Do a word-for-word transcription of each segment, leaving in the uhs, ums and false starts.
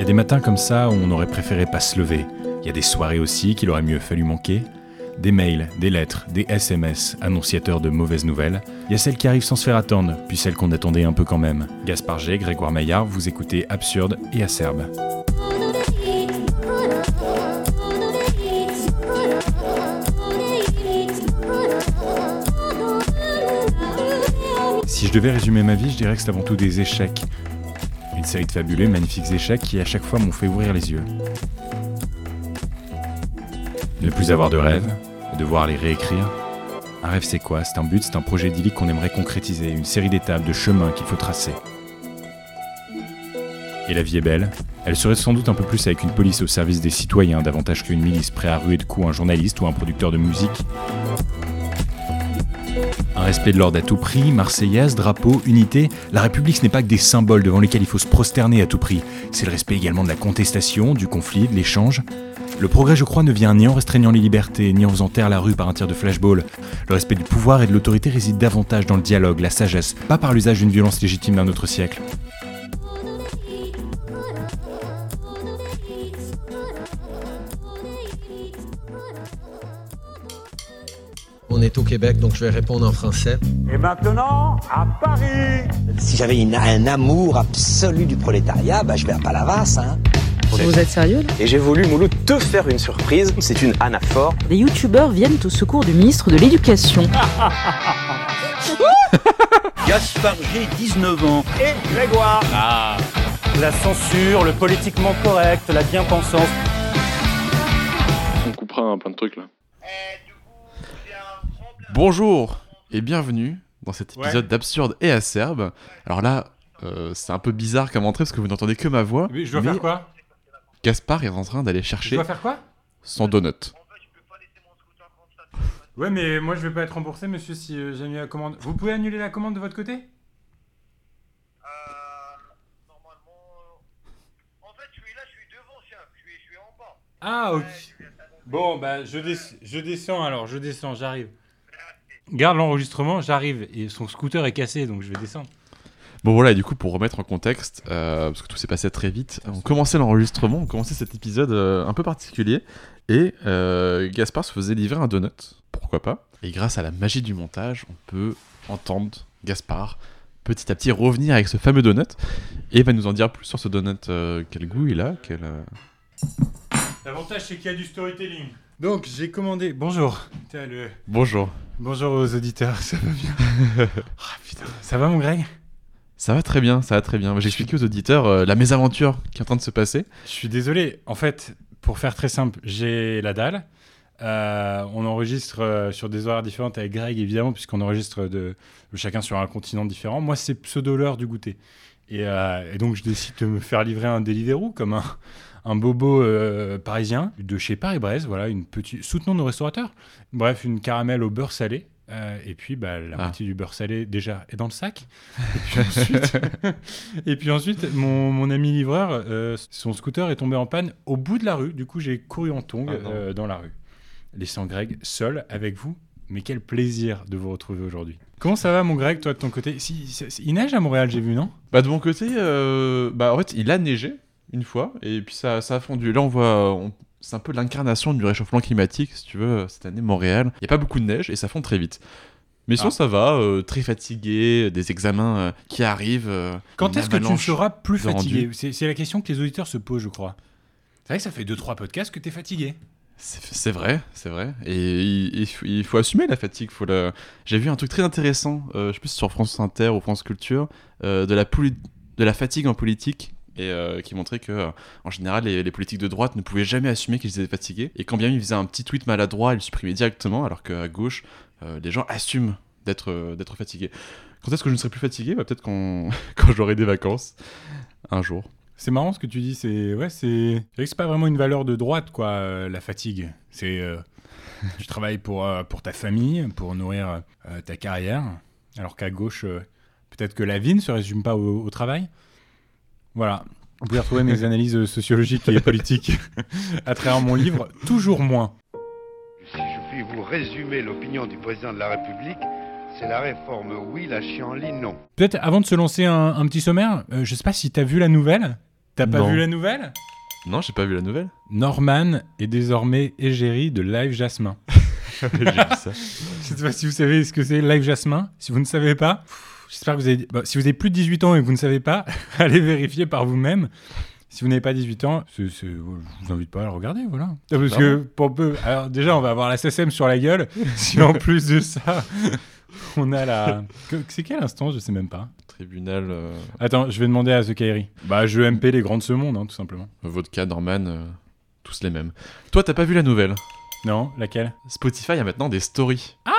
y a des matins comme ça où on aurait préféré pas se lever. Il y a des soirées aussi qu'il aurait mieux fallu manquer. Des mails, des lettres, des S M S, annonciateurs de mauvaises nouvelles. Il y a celles qui arrivent sans se faire attendre, puis celles qu'on attendait un peu quand même. Gaspard G, Grégoire Maillard, vous écoutez Absurde et Acerbe. Si je devais résumer ma vie, je dirais que c'est avant tout des échecs. Une série de fabuleux, magnifiques échecs qui à chaque fois m'ont fait ouvrir les yeux. Ne plus avoir de rêve, devoir les réécrire. Un rêve c'est quoi ? C'est un but, c'est un projet idyllique qu'on aimerait concrétiser, une série d'étapes, de chemins qu'il faut tracer. Et la vie est belle. Elle serait sans doute un peu plus avec une police au service des citoyens, davantage qu'une milice prêt à ruer de coups un journaliste ou un producteur de musique. Un respect de l'ordre à tout prix, Marseillaise, drapeau, unité. La République, ce n'est pas que des symboles devant lesquels il faut se prosterner à tout prix. C'est le respect également de la contestation, du conflit, de l'échange. Le progrès, je crois, ne vient ni en restreignant les libertés, ni en faisant taire la rue par un tir de flashball. Le respect du pouvoir et de l'autorité réside davantage dans le dialogue, la sagesse, pas par l'usage d'une violence légitime d'un autre siècle. On est au Québec, donc je vais répondre en français. Et maintenant, à Paris. Si j'avais une, un amour absolu du prolétariat, bah je vais à Palavas, hein. Vous êtes sérieux là ? Et j'ai voulu, Mouloud, te faire une surprise. C'est une anaphore. Des youtubeurs viennent au secours du ministre de l'Éducation. Gaspard G, dix-neuf ans. Et Grégoire. Ah, la censure, le politiquement correct, la bien-pensance. On coupera un plein de trucs là. Bonjour et bienvenue dans cet épisode ouais. d'Absurde et Acerbe. Alors là, euh, c'est un peu bizarre comme entrée parce que vous n'entendez que ma voix. Mais je dois mais... faire quoi ? Gaspard est en train d'aller chercher je dois faire quoi son donut. Ouais, mais moi je vais pas être remboursé, monsieur, si euh, j'ai annulé la commande. Vous pouvez annuler la commande de votre côté ? Euh. Normalement. En fait, je suis là, je suis devant, chef. Je suis, je suis en bas. Ah, ok. Ouais, bon, bah, je, des... je descends alors, je descends, j'arrive. Garde l'enregistrement, j'arrive. Et son scooter est cassé, donc je vais descendre. Bon voilà, et du coup pour remettre en contexte, euh, parce que tout s'est passé très vite, on commençait l'enregistrement, on commençait cet épisode euh, un peu particulier, et euh, Gaspard se faisait livrer un donut, pourquoi pas, et grâce à la magie du montage, on peut entendre Gaspard petit à petit revenir avec ce fameux donut, et il va nous en dire plus sur ce donut, euh, quel goût il a, quel... Euh... L'avantage c'est qu'il y a du storytelling. Donc j'ai commandé, bonjour. Le... Bonjour. Bonjour aux auditeurs, ça va bien. Ah putain, ça va mon Greg ? Ça va très bien, ça va très bien. J'ai expliqué aux auditeurs euh, la mésaventure qui est en train de se passer. Je suis désolé. En fait, pour faire très simple, j'ai la dalle. Euh, on enregistre euh, sur des horaires différentes avec Greg, évidemment, puisqu'on enregistre de, de chacun sur un continent différent. Moi, c'est pseudo-l'heure du goûter. Et, euh, et donc, je décide de me faire livrer un Deliveroo comme un, un bobo euh, parisien de chez Paris-Brest. Voilà, une petite... Soutenons nos restaurateurs. Bref, une caramel au beurre salé. Euh, et puis bah, la ah. moitié du beurre salé déjà est dans le sac. Et puis ensuite, et puis ensuite mon, mon ami livreur, euh, son scooter est tombé en panne au bout de la rue. Du coup, j'ai couru en tongs ah, euh, dans la rue, laissant Greg seul avec vous. Mais quel plaisir de vous retrouver aujourd'hui. Comment ça va mon Greg, toi de ton côté ? si, si, si, Il neige à Montréal, j'ai vu, non ? Bah de mon côté, euh, bah en fait, il a neigé une fois et puis ça, ça a fondu. Là, on voit... On... C'est un peu l'incarnation du réchauffement climatique, si tu veux, cette année, Montréal. Il n'y a pas beaucoup de neige et ça fond très vite. Mais sinon, ah. ça va, euh, très fatigué, des examens euh, qui arrivent. Euh, Quand est-ce que tu seras plus fatigué ? c'est, c'est la question que les auditeurs se posent, je crois. C'est vrai que ça fait deux trois podcasts que tu es fatigué. C'est, c'est vrai, c'est vrai. Et il, il, il faut assumer la fatigue. Faut la... J'ai vu un truc très intéressant, euh, je sais plus si sur France Inter ou France Culture, euh, de, la poli- de la fatigue en politique. Et euh, qui montrait que, euh, en général, les, les politiques de droite ne pouvaient jamais assumer qu'ils étaient fatigués. Et quand bien ils faisaient un petit tweet maladroit, ils le supprimaient directement, alors qu'à gauche, euh, les gens assument d'être, euh, d'être fatigués. Quand est-ce que je ne serai plus fatigué ? Bah, peut-être quand, quand j'aurai des vacances, un jour. C'est marrant ce que tu dis, c'est... Ouais, c'est... c'est vrai que c'est pas vraiment une valeur de droite, quoi, euh, la fatigue. C'est... Euh... tu travailles pour, euh, pour ta famille, pour nourrir euh, ta carrière, alors qu'à gauche, euh, peut-être que la vie ne se résume pas au, au travail. Voilà, vous pouvez retrouver mes analyses sociologiques et politiques à travers mon livre « Toujours moins ». Si je puis vous résumer l'opinion du président de la République, c'est la réforme oui, la chienlit non. Peut-être avant de se lancer un, un petit sommaire, euh, je ne sais pas si tu as vu la nouvelle, T'as pas Non. vu la nouvelle ? Non, j'ai pas vu la nouvelle. Norman est désormais égérie de Live Jasmin. J'ai vu ça. Je sais pas si vous savez ce que c'est Live Jasmin. Si vous ne savez pas, pff, j'espère que vous avez... Bah, si vous avez plus de dix-huit ans et que vous ne savez pas, allez vérifier par vous-même. Si vous n'avez pas dix-huit ans, c'est, c'est... je vous invite pas à le regarder, voilà. Parce que pour peu... Alors déjà, on va avoir la S S M sur la gueule. Si en plus de ça, on a la... C'est quel instant ? Je sais même pas. Tribunal. Euh... Attends, je vais demander à The Kairi. Bah, je M P les grands de ce monde, hein, tout simplement. Vodka, Norman, euh, tous les mêmes. Toi, t'as pas vu la nouvelle ? Non, laquelle ? Spotify a maintenant des stories. Ah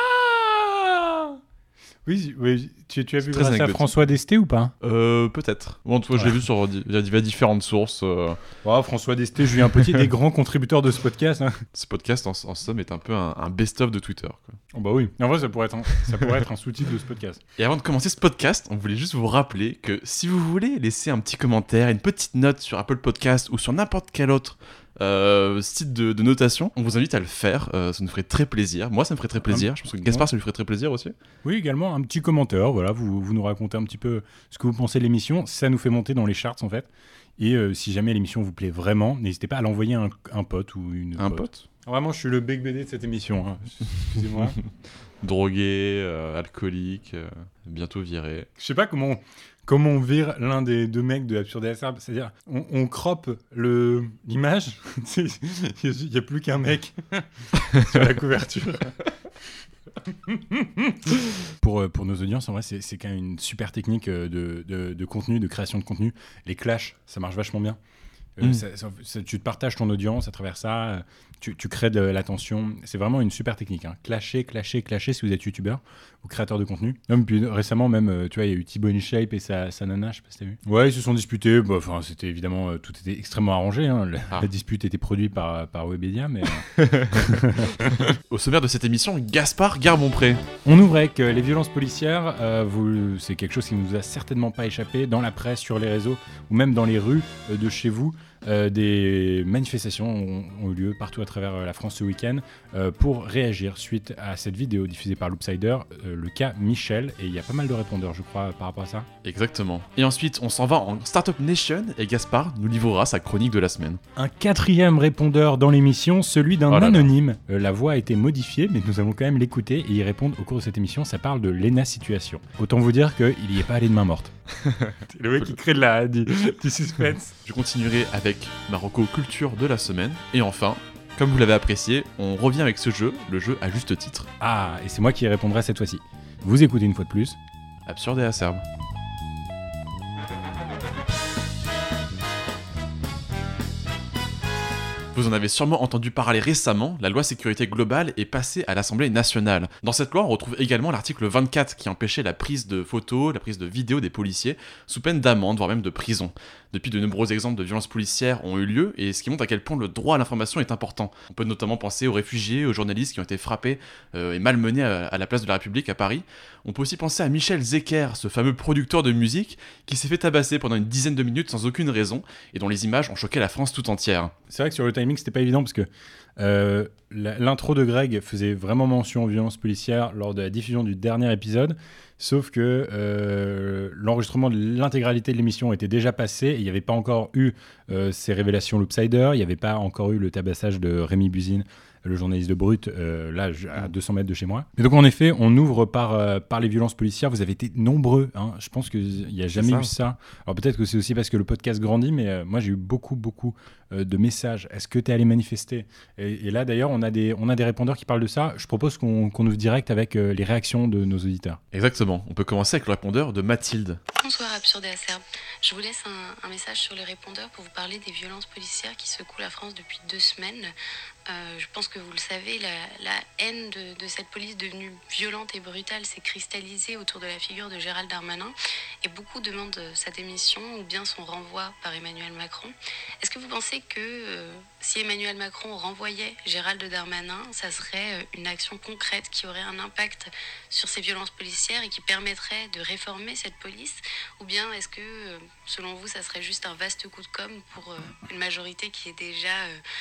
Oui, oui, tu, tu as C'est vu très grâce à anecdotique. François Desté ou pas ? Euh, peut-être. Bon, toi, je l'ai Ouais. vu sur di- via via différentes sources. euh, Oh, François Desté, Julien Potier, des grands contributeurs de ce podcast. Hein. Ce podcast, en, en somme, est un peu un, un best-of de Twitter, quoi. Oh bah oui. En vrai, ça pourrait être un, ça pourrait être un sous-titre de ce podcast. Et avant de commencer ce podcast, on voulait juste vous rappeler que si vous voulez laisser un petit commentaire, une petite note sur Apple Podcast ou sur n'importe quel autre euh, site de, de notation, on vous invite à le faire. Euh, ça nous ferait très plaisir. Moi, ça me ferait très plaisir. Je pense que Gaspard, ça lui ferait très plaisir aussi. Oui, également, un petit commentaire. Voilà, vous, vous nous racontez un petit peu ce que vous pensez de l'émission. Ça nous fait monter dans les charts, en fait. Et euh, si jamais l'émission vous plaît vraiment, n'hésitez pas à l'envoyer à un, un pote ou une Un pote. pote Vraiment, je suis le bec B D de cette émission. Hein. Excusez-moi. Drogué, euh, alcoolique, euh, bientôt viré. Je sais pas comment, comment on vire l'un des deux mecs de Absurde et Acerbe. C'est-à-dire, on, on croppe le, l'image. Il n'y a plus qu'un mec sur la couverture. pour, euh, pour nos audiences, en vrai, c'est, c'est quand même une super technique euh, de, de, de contenu, de création de contenu. Les clashs, ça marche vachement bien. Euh, Mm. ça- ça- ça- tu te partages ton audience à travers ça, euh, tu, tu crées de l'attention. C'est vraiment une super technique. Hein. Clasher, clasher, clasher si vous êtes youtubeur ou créateur de contenu. Non, mais puis récemment, même, euh, tu vois, il y a eu Thibaut InShape et sa, sa nana, je sais pas si t'as vu. Ouais, ils se sont disputés. Bah, enfin, c'était évidemment, euh, tout était extrêmement arrangé. Hein. La, Ah. la dispute était produite par, par Webedia, mais. euh, Au sommaire de cette émission, Gaspard Garbonpré. On ouvre avec euh, les violences policières. Euh, vous, c'est quelque chose qui ne nous a certainement pas échappé. Dans la presse, sur les réseaux ou même dans les rues euh, de chez vous, euh, des manifestations ont, ont eu lieu partout à travers euh, la France ce week-end euh, pour réagir suite à cette vidéo diffusée par Loopsider, euh, le cas Michel. Et il y a pas mal de répondeurs, je crois, par rapport à ça. Exactement. Et ensuite, on s'en va en Startup Nation et Gaspard nous livrera sa chronique de la semaine. Un quatrième répondeur dans l'émission, celui d'un Oh là là. anonyme. Euh, la voix a été modifiée, mais nous allons quand même l'écouter et y répondre au cours de cette émission. Ça parle de Lena Situation. Autant vous dire qu'il n'y est pas allé de main morte. Le mec qui crée de la, du, du suspense. Je continuerai avec Marocco Culture de la semaine. Et enfin, comme vous l'avez apprécié, on revient avec ce jeu, le jeu à juste titre. Ah, et c'est moi qui y répondrai cette fois-ci. Vous écoutez une fois de plus. Absurde et acerbe. Vous en avez sûrement entendu parler récemment, la loi sécurité globale est passée à l'Assemblée nationale. Dans cette loi, on retrouve également l'article vingt-quatre qui empêchait la prise de photos, la prise de vidéos des policiers, sous peine d'amende, voire même de prison. Depuis, de nombreux exemples de violences policières ont eu lieu, et ce qui montre à quel point le droit à l'information est important. On peut notamment penser aux réfugiés, aux journalistes qui ont été frappés euh, et malmenés à, à la place de la République à Paris. On peut aussi penser à Michel Zecker, ce fameux producteur de musique, qui s'est fait tabasser pendant une dizaine de minutes sans aucune raison, et dont les images ont choqué la France tout entière. C'est vrai que sur le timing, c'était pas évident parce que euh, la- l'intro de Greg faisait vraiment mention aux violences policières lors de la diffusion du dernier épisode. Sauf que euh, l'enregistrement de l'intégralité de l'émission était déjà passé et il n'y avait pas encore eu euh, ces révélations Loopsider, il n'y avait pas encore eu le tabassage de Rémi Buzine, le journaliste de Brut, euh, là, je- à deux cents mètres de chez moi. Et donc, en effet, on ouvre par, euh, par les violences policières. Vous avez été nombreux. Hein. Je pense qu'il n'y a jamais ça. eu ça. Alors, peut-être que c'est aussi parce que le podcast grandit, mais euh, moi, j'ai eu beaucoup, beaucoup euh, de messages. Est-ce que tu es allé manifester ? et, et là, d'ailleurs, on, a des- on a des répondeurs qui parlent de ça. Je propose qu'on qu'on ouvre direct avec euh, les réactions de nos auditeurs. Exactement, on peut commencer avec le répondeur de Mathilde. Bonsoir Absurde et Acerbe. Je vous laisse un, un message sur le répondeur pour vous parler des violences policières qui secouent la France depuis deux semaines. Euh, je pense que vous le savez, la, la haine de, de cette police devenue violente et brutale s'est cristallisée autour de la figure de Gérald Darmanin et beaucoup demandent sa démission ou bien son renvoi par Emmanuel Macron. Est-ce que vous pensez que euh, si Emmanuel Macron renvoyait Gérald Darmanin, ça serait euh, une action concrète qui aurait un impact sur ces violences policières et qui permettrait de réformer cette police ? Ou bien est-ce que, euh, selon vous, ça serait juste un vaste coup de com' pour euh, une majorité qui est déjà euh,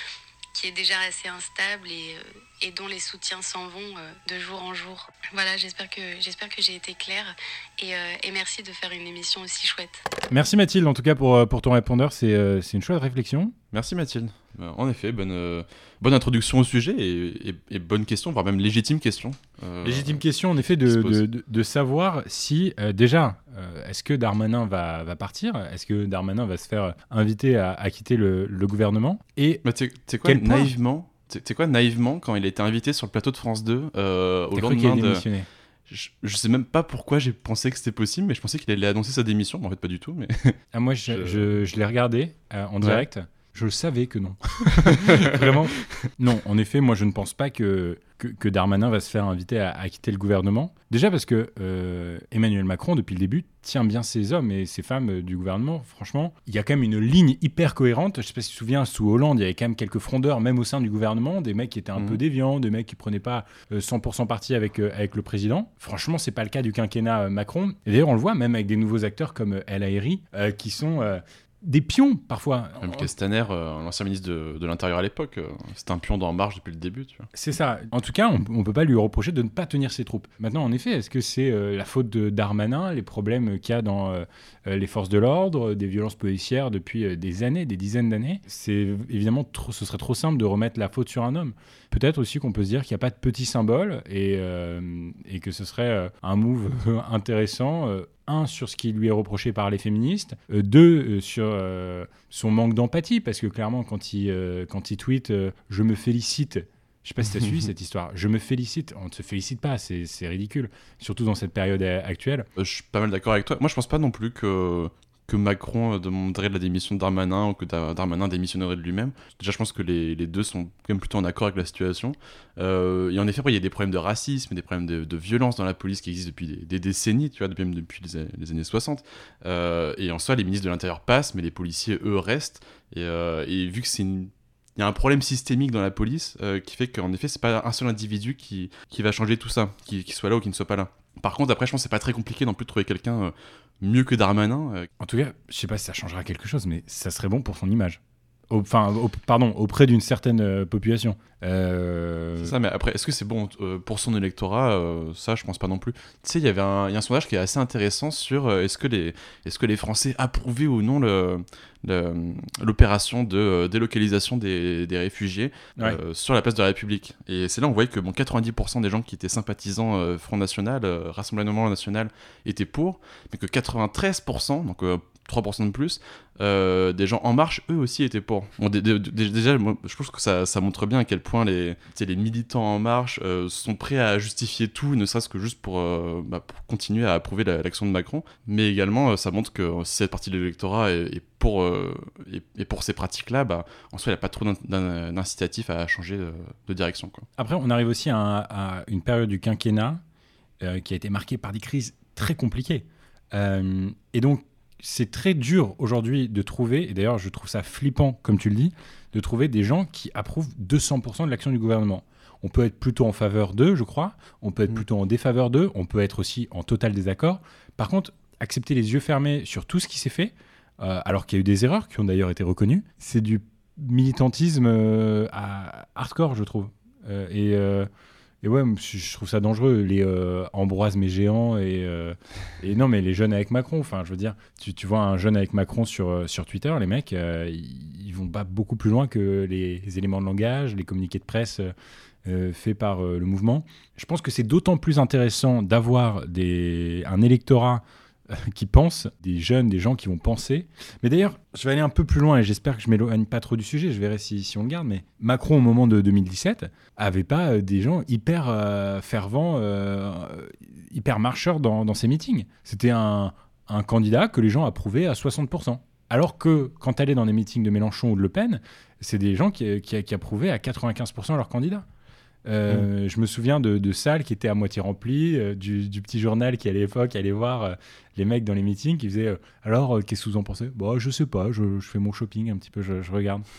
qui est déjà assez instable et, euh, et dont les soutiens s'en vont euh, de jour en jour. Voilà, j'espère que, j'espère que j'ai été claire et, euh, et merci de faire une émission aussi chouette. Merci Mathilde, en tout cas pour, pour ton répondeur, c'est, euh, c'est une chouette réflexion. Merci Mathilde. En effet, bonne, euh, bonne introduction au sujet et, et, et bonne question, voire même légitime question. Euh, légitime question, en effet, de, de, de, de savoir si, euh, déjà, euh, est-ce que Darmanin va, va partir ? Est-ce que Darmanin va se faire inviter à, à quitter le, le gouvernement ? Et tu sais quoi, naïvement, t'sais quoi, naïvement, quand il a été invité sur le plateau de France deux, euh, au lendemain de... Je, je sais même pas pourquoi j'ai pensé que c'était possible, mais je pensais qu'il allait annoncer sa démission, mais en fait pas du tout. Mais... ah, moi, je, je... je, je l'ai regardé euh, en direct. Ouais. Je savais que non. Vraiment. Non, en effet, moi, je ne pense pas que, que, que Darmanin va se faire inviter à, à quitter le gouvernement. Déjà parce que euh, Emmanuel Macron, depuis le début, tient bien ses hommes et ses femmes euh, du gouvernement. Franchement, il y a quand même une ligne hyper cohérente. Je ne sais pas si tu te souviens, sous Hollande, il y avait quand même quelques frondeurs, même au sein du gouvernement, des mecs qui étaient un mmh. peu déviants, des mecs qui ne prenaient pas euh, cent pour cent parti avec, euh, avec le président. Franchement, ce n'est pas le cas du quinquennat euh, Macron. Et d'ailleurs, on le voit même avec des nouveaux acteurs comme euh, El Haïry, euh, qui sont... Euh, des pions, parfois. Même Castaner, euh, l'ancien ministre de, de l'Intérieur à l'époque, euh, c'était un pion d'En Marche depuis le début, tu vois. C'est ça. En tout cas, on ne peut pas lui reprocher de ne pas tenir ses troupes. Maintenant, en effet, est-ce que c'est euh, la faute de Darmanin, les problèmes qu'il y a dans euh, les forces de l'ordre, des violences policières depuis euh, des années, des dizaines d'années ? C'est évidemment, trop, ce serait trop simple de remettre la faute sur un homme. Peut-être aussi qu'on peut se dire qu'il n'y a pas de petits symboles et, euh, et que ce serait euh, un move intéressant. Euh, Un, sur ce qui lui est reproché par les féministes. Euh, deux, euh, sur euh, son manque d'empathie, parce que clairement, quand il, euh, quand il tweet euh, « Je me félicite », je sais pas si tu as suivi cette histoire. « Je me félicite », on ne se félicite pas, c'est, c'est ridicule, surtout dans cette période actuelle. Euh, je suis pas mal d'accord avec toi. Moi, je pense pas non plus que... que Macron demanderait la démission de Darmanin ou que Darmanin démissionnerait de lui-même. Déjà, je pense que les, les deux sont quand même plutôt en accord avec la situation. Euh, et en effet, après, il y a des problèmes de racisme, des problèmes de, de violence dans la police qui existent depuis des, des décennies, tu vois, depuis, même depuis les, les années soixante. Euh, et en soi, les ministres de l'Intérieur passent, mais les policiers, eux, restent. Et, euh, et vu que c'est une... Il y a un problème systémique dans la police euh, qui fait qu'en effet, c'est pas un seul individu qui, qui va changer tout ça, qui, qui soit là ou qui ne soit pas là. Par contre, après, je pense que c'est pas très compliqué non plus de trouver quelqu'un euh, mieux que Darmanin. Euh. En tout cas, je sais pas si ça changera quelque chose, mais ça serait bon pour son image. Enfin, au, pardon, auprès d'une certaine euh, population. Euh... C'est ça, mais après, est-ce que c'est bon euh, pour son électorat euh, Ça, je pense pas non plus. Tu sais, il y avait un, y a un sondage qui est assez intéressant sur euh, est-ce que les, est-ce que les Français approuvaient ou non le, le, l'opération de euh, délocalisation des, des réfugiés ouais. euh, sur la place de la République. Et c'est là on voyait que bon, quatre-vingt-dix pour cent des gens qui étaient sympathisants euh, Front National, euh, Rassemblement National, étaient pour, mais que quatre-vingt-treize pour cent, donc euh, trois pour cent de plus, euh, des gens En Marche, eux aussi étaient pour. Bon, d- d- d- déjà, moi, je pense que ça, ça montre bien à quel point les, les militants En Marche euh, sont prêts à justifier tout, ne serait-ce que juste pour, euh, bah, pour continuer à approuver la, l'action de Macron. Mais également, euh, ça montre que si cette partie de l'électorat est, est, pour, euh, est, est pour ces pratiques-là, bah, en soi, il n'y a pas trop d'in- d'incitatif à changer de, de direction, quoi. Après, on arrive aussi à, un, à une période du quinquennat euh, qui a été marquée par des crises très compliquées. Euh, et donc, c'est très dur aujourd'hui de trouver, et d'ailleurs je trouve ça flippant comme tu le dis, de trouver des gens qui approuvent deux cents pour cent de l'action du gouvernement. On peut être plutôt en faveur d'eux, je crois, on peut être mmh. plutôt en défaveur d'eux, on peut être aussi en total désaccord. Par contre, accepter les yeux fermés sur tout ce qui s'est fait, euh, alors qu'il y a eu des erreurs qui ont d'ailleurs été reconnues, c'est du militantisme euh, à hardcore, je trouve. Euh, et... Euh, Et ouais, je trouve ça dangereux, les euh, Ambroise mes géants et, euh, et non, mais les jeunes avec Macron. Enfin, je veux dire, tu, tu vois un jeune avec Macron sur, sur Twitter, les mecs, euh, ils, ils vont pas beaucoup plus loin que les, les éléments de langage, les communiqués de presse euh, faits par euh, le mouvement. Je pense que c'est d'autant plus intéressant d'avoir des, un électorat qui pensent, des jeunes, des gens qui vont penser. Mais d'ailleurs, je vais aller un peu plus loin et j'espère que je ne m'éloigne pas trop du sujet, je verrai si, si on le garde, mais Macron, au moment de deux mille dix-sept, n'avait pas euh, des gens hyper euh, fervents, euh, hyper marcheurs dans, dans ses meetings. C'était un, un candidat que les gens approuvaient à soixante pour cent. Alors que quand tu allais dans les meetings de Mélenchon ou de Le Pen, c'est des gens qui, qui, qui approuvaient à quatre-vingt-quinze pour cent leur candidat. Euh, mmh. Je me souviens de, de salles qui étaient à moitié remplies, euh, du, du petit journal qui à l'époque allait voir euh, les mecs dans les meetings qui faisaient euh, alors euh, qu'est-ce que vous en pensez ? Bon, je sais pas, je, je fais mon shopping un petit peu, je, je regarde. Il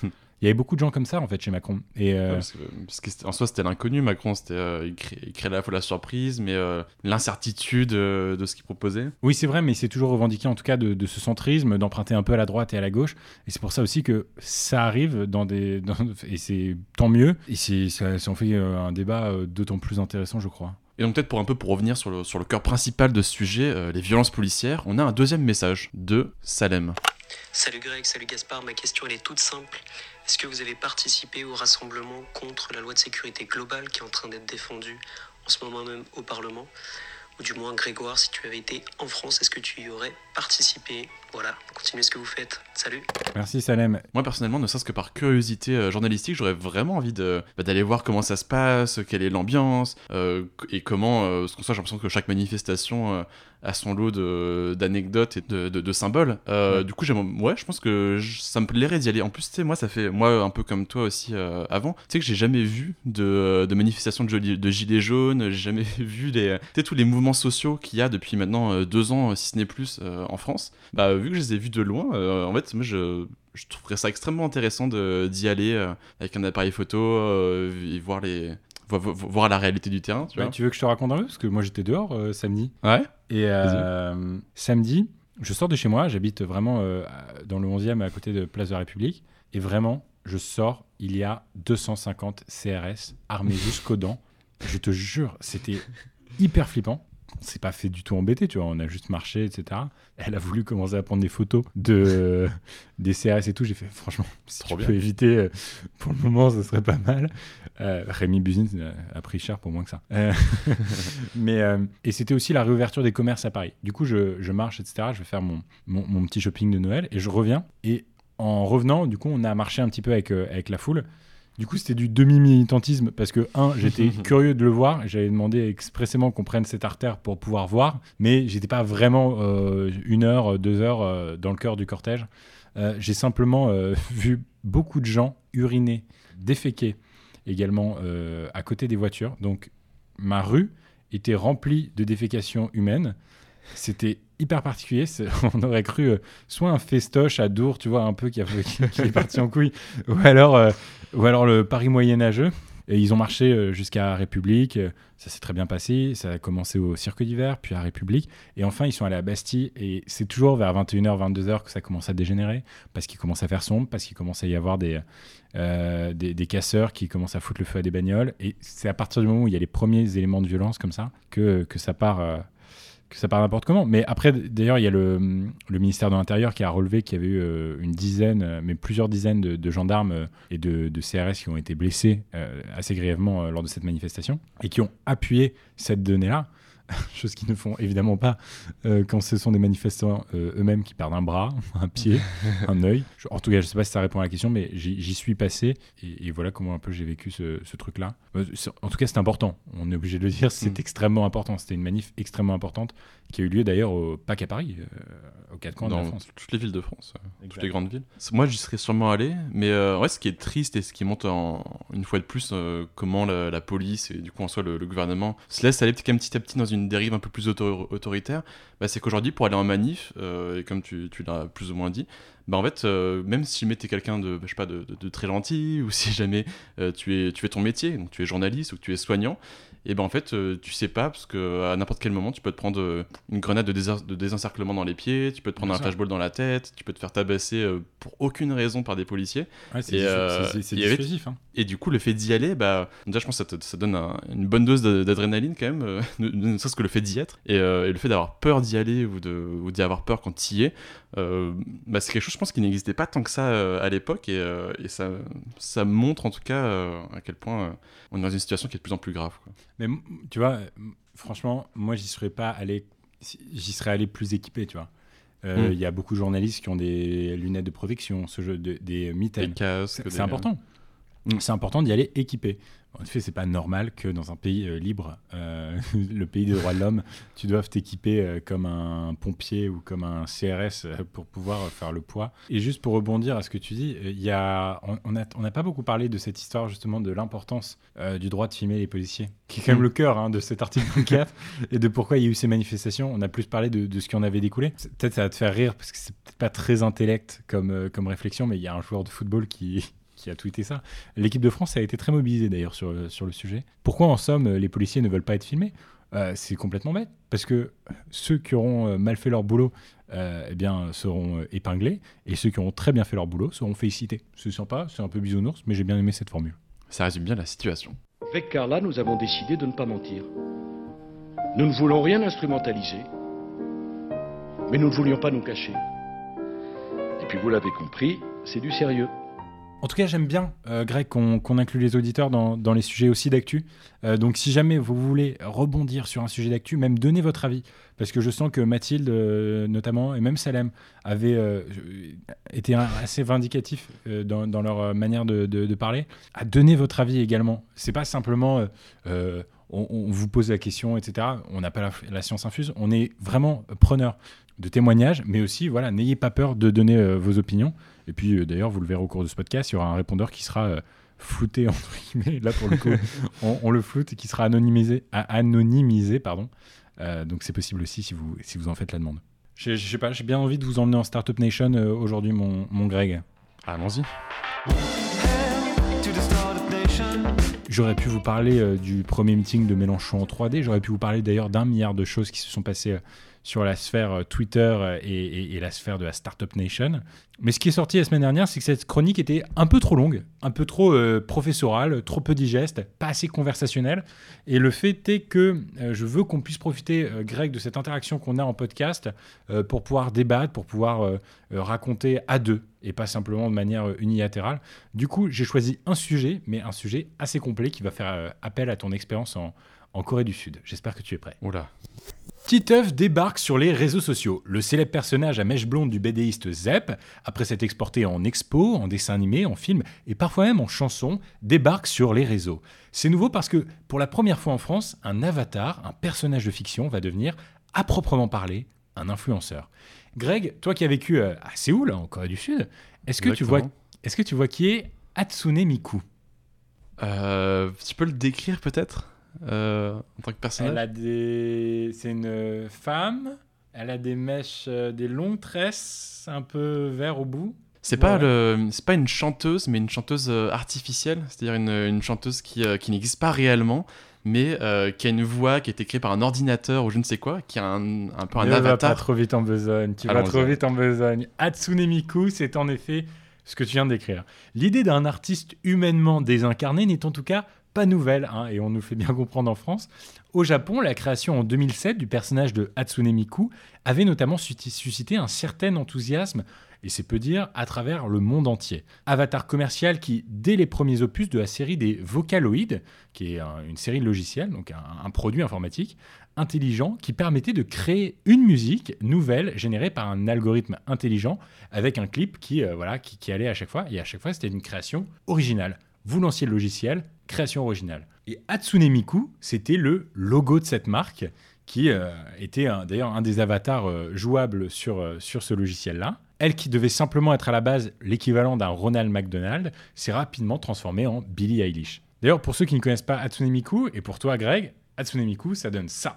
Il y avait beaucoup de gens comme ça en fait chez Macron. Et euh... ouais, parce, que, parce que en soi c'était l'inconnu. Macron, c'était euh, il, crée, il crée à la fois la surprise, mais euh, l'incertitude euh, de ce qu'il proposait. Oui, c'est vrai, mais c'est toujours revendiqué en tout cas de, de ce centrisme, d'emprunter un peu à la droite et à la gauche. Et c'est pour ça aussi que ça arrive dans des, dans, et c'est tant mieux. Et c'est, ça, ça en fait un débat d'autant plus intéressant, je crois. Et donc peut-être pour un peu pour revenir sur le, sur le cœur principal de ce sujet, euh, les violences policières, on a un deuxième message de Salem. Salut Greg, salut Gaspard, ma question elle est toute simple. Est-ce que vous avez participé au rassemblement contre la loi de sécurité globale qui est en train d'être défendue en ce moment même au Parlement ? Ou du moins Grégoire, si tu avais été en France, est-ce que tu y aurais participé ? Voilà, continuez ce que vous faites. Salut. Merci Salem. Moi personnellement, ne serait-ce que par curiosité euh, journalistique, j'aurais vraiment envie de, bah, d'aller voir comment ça se passe, quelle est l'ambiance, euh, et comment, euh, parce qu'en soi j'ai l'impression que chaque manifestation euh, a son lot de, d'anecdotes et de, de, de symboles. Euh, ouais. Du coup, j'aime, ouais, je pense que je, ça me plairait d'y aller. En plus, tu sais, moi, ça fait, moi, un peu comme toi aussi euh, avant, tu sais que j'ai jamais vu de, de manifestation de, de gilets jaunes, j'ai jamais vu les, tu sais, tous les mouvements sociaux qu'il y a depuis maintenant euh, deux ans, si ce n'est plus, euh, en France. Bah, vu que je les ai vus de loin, euh, en fait, moi, je, je trouverais ça extrêmement intéressant de, d'y aller euh, avec un appareil photo euh, et voir les... voir la réalité du terrain, tu ouais, vois. Tu veux que je te raconte un peu ? Parce que moi, j'étais dehors euh, samedi. Ouais. Et euh, samedi, je sors de chez moi, j'habite vraiment euh, dans le onzième à côté de Place de la République. Et vraiment, je sors, il y a deux cent cinquante C R S armés jusqu'aux dents. Je te jure, c'était hyper flippant. On s'est pas fait du tout embêter, tu vois, on a juste marché, et cetera. Elle a voulu commencer à prendre des photos de, des C R S et tout. J'ai fait, franchement, si Trop tu bien. peux éviter, euh, pour le moment, ce serait pas mal. Euh, Rémi Buzyn a pris cher pour moins que ça. Euh, mais, euh, et c'était aussi la réouverture des commerces à Paris. Du coup, je, je marche, et cetera. Je vais faire mon, mon, mon petit shopping de Noël et je reviens. Et en revenant, du coup, on a marché un petit peu avec, euh, avec la foule. Du coup, c'était du demi-militantisme parce que, un, j'étais curieux de le voir. J'avais demandé expressément qu'on prenne cette artère pour pouvoir voir, mais j'étais pas vraiment euh, une heure, deux heures euh, dans le cœur du cortège. Euh, j'ai simplement euh, vu beaucoup de gens uriner, déféquer également euh, à côté des voitures. Donc, ma rue était remplie de défécation humaine. C'était hyper particulier. C'est, on aurait cru euh, soit un festoche à Dour, tu vois, un peu qui, a, qui, qui est parti en couille, ou alors, euh, ou alors le Paris moyenâgeux. Et ils ont marché euh, jusqu'à République. Ça s'est très bien passé. Ça a commencé au Cirque d'hiver, puis à République. Et enfin, ils sont allés à Bastille. Et c'est toujours vers vingt et une heures, vingt-deux heures que ça commence à dégénérer, parce qu'il commence à faire sombre, parce qu'il commence à y avoir des, euh, des, des casseurs qui commencent à foutre le feu à des bagnoles. Et c'est à partir du moment où il y a les premiers éléments de violence comme ça que, que ça part... Euh, que ça part n'importe comment. Mais après, d'ailleurs, il y a le, le ministère de l'Intérieur qui a relevé qu'il y avait eu euh, une dizaine, euh, mais plusieurs dizaines de, de gendarmes euh, et de, de C R S qui ont été blessés euh, assez grièvement euh, lors de cette manifestation et qui ont appuyé cette donnée-là. Chose qu'ils ne font évidemment pas euh, quand ce sont des manifestants euh, eux-mêmes qui perdent un bras, un pied, un œil. Je, en tout cas, je ne sais pas si ça répond à la question, mais j'y, j'y suis passé et, et voilà comment un peu j'ai vécu ce, ce truc-là. Euh, en tout cas, c'est important. On est obligé de le dire, c'est mmh. extrêmement important. C'était une manif extrêmement importante qui a eu lieu d'ailleurs au, pas qu'à Paris, euh, aux quatre coins dans de la France. Toutes les villes de France, euh, toutes les grandes villes. Moi, j'y serais sûrement allé, mais euh, ouais, ce qui est triste et ce qui montre en, une fois de plus euh, comment la, la police et du coup en soi le, le gouvernement se laisse aller petit, petit à petit dans une dérive un peu plus auto- autoritaire, bah, c'est qu'aujourd'hui pour aller en manif, euh, et comme tu, tu l'as plus ou moins dit, bah en fait, euh, même si jamais t'es quelqu'un de, je sais pas, de, de, de très gentil, ou si jamais euh, tu, es, tu fais ton métier, donc tu es journaliste ou que tu es soignant, et ben en fait, euh, tu sais pas, parce qu'à n'importe quel moment, tu peux te prendre euh, une grenade de, désar- de désencerclement dans les pieds, tu peux te prendre Bien un flashball dans la tête, tu peux te faire tabasser euh, pour aucune raison par des policiers. Ouais, c'est, et, dis- euh, c'est, c'est, c'est et, dissuasif. Hein. Et du coup, le fait d'y aller, bah, déjà, je pense que ça, te, ça donne un, une bonne dose d'adrénaline quand même, euh, ne, ne serait-ce que le fait d'y être, et, euh, et le fait d'avoir peur d'y aller ou, de, ou d'y avoir peur quand tu y es, euh, bah, c'est quelque chose, je pense, qui n'existait pas tant que ça euh, à l'époque, et, euh, et ça, ça montre en tout cas euh, à quel point euh, on est dans une situation qui est de plus en plus grave, quoi. Mais tu vois, franchement, moi, j'y serais pas allé, j'y serais allé plus équipé, tu vois. Il euh, mm. y a beaucoup de journalistes qui ont des lunettes de protection, ce jeu de, des mitaines. Des casques. C'est, c'est des... important. Mm. C'est important d'y aller équipé. En effet, c'est pas normal que dans un pays euh, libre, euh, le pays des droits de l'homme, tu doives t'équiper euh, comme un pompier ou comme un C R S euh, pour pouvoir euh, faire le poids. Et juste pour rebondir à ce que tu dis, il y a, on n'a on a pas beaucoup parlé de cette histoire justement de l'importance euh, du droit de filmer les policiers, qui est quand même mmh. le cœur hein, de cet article quatre et de pourquoi il y a eu ces manifestations. On a plus parlé de, de ce qui en avait découlé. C'est, peut-être ça va te faire rire parce que c'est peut-être pas très intellect comme, euh, comme réflexion, mais il y a un joueur de football qui... qui a tweeté ça. L'équipe de France a été très mobilisée d'ailleurs sur, sur le sujet. Pourquoi en somme les policiers ne veulent pas être filmés ? euh, C'est complètement bête, parce que ceux qui auront mal fait leur boulot euh, eh bien, seront épinglés, et ceux qui auront très bien fait leur boulot seront félicités. C'est sympa, c'est un peu bisounours, mais j'ai bien aimé cette formule. Ça résume bien la situation. Avec Carla, nous avons décidé de ne pas mentir. Nous ne voulons rien instrumentaliser, mais nous ne voulions pas nous cacher. Et puis vous l'avez compris, c'est du sérieux. En tout cas, j'aime bien, euh, Greg, qu'on, qu'on inclue les auditeurs dans, dans les sujets aussi d'actu. Euh, donc, si jamais vous voulez rebondir sur un sujet d'actu, même donner votre avis, parce que je sens que Mathilde, euh, notamment, et même Salem, avaient euh, été assez vindicatifs euh, dans, dans leur manière de, de, de parler, à donner votre avis également. C'est pas simplement euh, euh, on, on vous pose la question, et cetera. On n'a pas la, la science infuse. On est vraiment preneur de témoignages, mais aussi, voilà, n'ayez pas peur de donner euh, vos opinions. Et puis, euh, d'ailleurs, vous le verrez au cours de ce podcast, il y aura un répondeur qui sera euh, flouté, entre guillemets. Là, pour le coup, on, on le floute et qui sera anonymisé, anonymisé pardon. Euh, donc, c'est possible aussi si vous, si vous en faites la demande. Je, je sais pas, j'ai bien envie de vous emmener en Startup Nation euh, aujourd'hui, mon, mon Greg. Allons-y. J'aurais pu vous parler euh, du premier meeting de Mélenchon en trois D. J'aurais pu vous parler d'ailleurs d'un milliard de choses qui se sont passées euh, sur la sphère euh, Twitter euh, et, et, et la sphère de la Startup Nation. Mais ce qui est sorti la semaine dernière, c'est que cette chronique était un peu trop longue, un peu trop euh, professorale, trop peu digeste, pas assez conversationnelle. Et le fait est que euh, je veux qu'on puisse profiter, euh, Greg, de cette interaction qu'on a en podcast euh, pour pouvoir débattre, pour pouvoir euh, euh, raconter à deux et pas simplement de manière euh, unilatérale. Du coup, j'ai choisi un sujet, mais un sujet assez complet qui va faire euh, appel à ton expérience en, en Corée du Sud. J'espère que tu es prêt. Oula. Titeuf débarque sur les réseaux sociaux. Le célèbre personnage à mèche blonde du BDiste Zep, après s'être exporté en expo, en dessin animé, en film et parfois même en chanson, débarque sur les réseaux. C'est nouveau parce que pour la première fois en France, un avatar, un personnage de fiction va devenir, à proprement parler, un influenceur. Greg, toi qui as vécu à Séoul, en Corée du Sud, est-ce que, tu vois, est-ce que tu vois qui est Hatsune Miku ? euh, Tu peux le décrire peut-être euh, en tant que personnage ? Elle a des... C'est une femme, elle a des mèches, euh, des longues tresses un peu vert au bout. C'est pas, le, c'est pas une chanteuse, mais une chanteuse artificielle, c'est-à-dire une, une chanteuse qui, euh, qui n'existe pas réellement, mais euh, qui a une voix qui a été créée par un ordinateur ou je ne sais quoi, qui a un, un peu un ne avatar. Va pas trop vite en besogne, tu vas trop vite en besogne. Hatsune Miku, c'est en effet ce que tu viens de décrire. L'idée d'un artiste humainement désincarné n'est en tout cas pas nouvelle, hein, et on nous fait bien comprendre en France. Au Japon, la création en deux mille sept du personnage de Hatsune Miku avait notamment suscité un certain enthousiasme, et c'est peu dire, à travers le monde entier. Avatar commercial qui, dès les premiers opus de la série des Vocaloid, qui est un, une série de logiciels, donc un, un produit informatique intelligent qui permettait de créer une musique nouvelle générée par un algorithme intelligent avec un clip qui, euh, voilà, qui, qui allait à chaque fois, et à chaque fois c'était une création originale. Vous lanciez le logiciel, création originale. Et Hatsune Miku, c'était le logo de cette marque qui euh, était un, d'ailleurs un des avatars euh, jouables sur, euh, sur ce logiciel-là. Elle, qui devait simplement être à la base l'équivalent d'un Ronald McDonald, s'est rapidement transformée en Billie Eilish. D'ailleurs, pour ceux qui ne connaissent pas Hatsune Miku, et pour toi, Greg, Hatsune Miku, ça donne ça.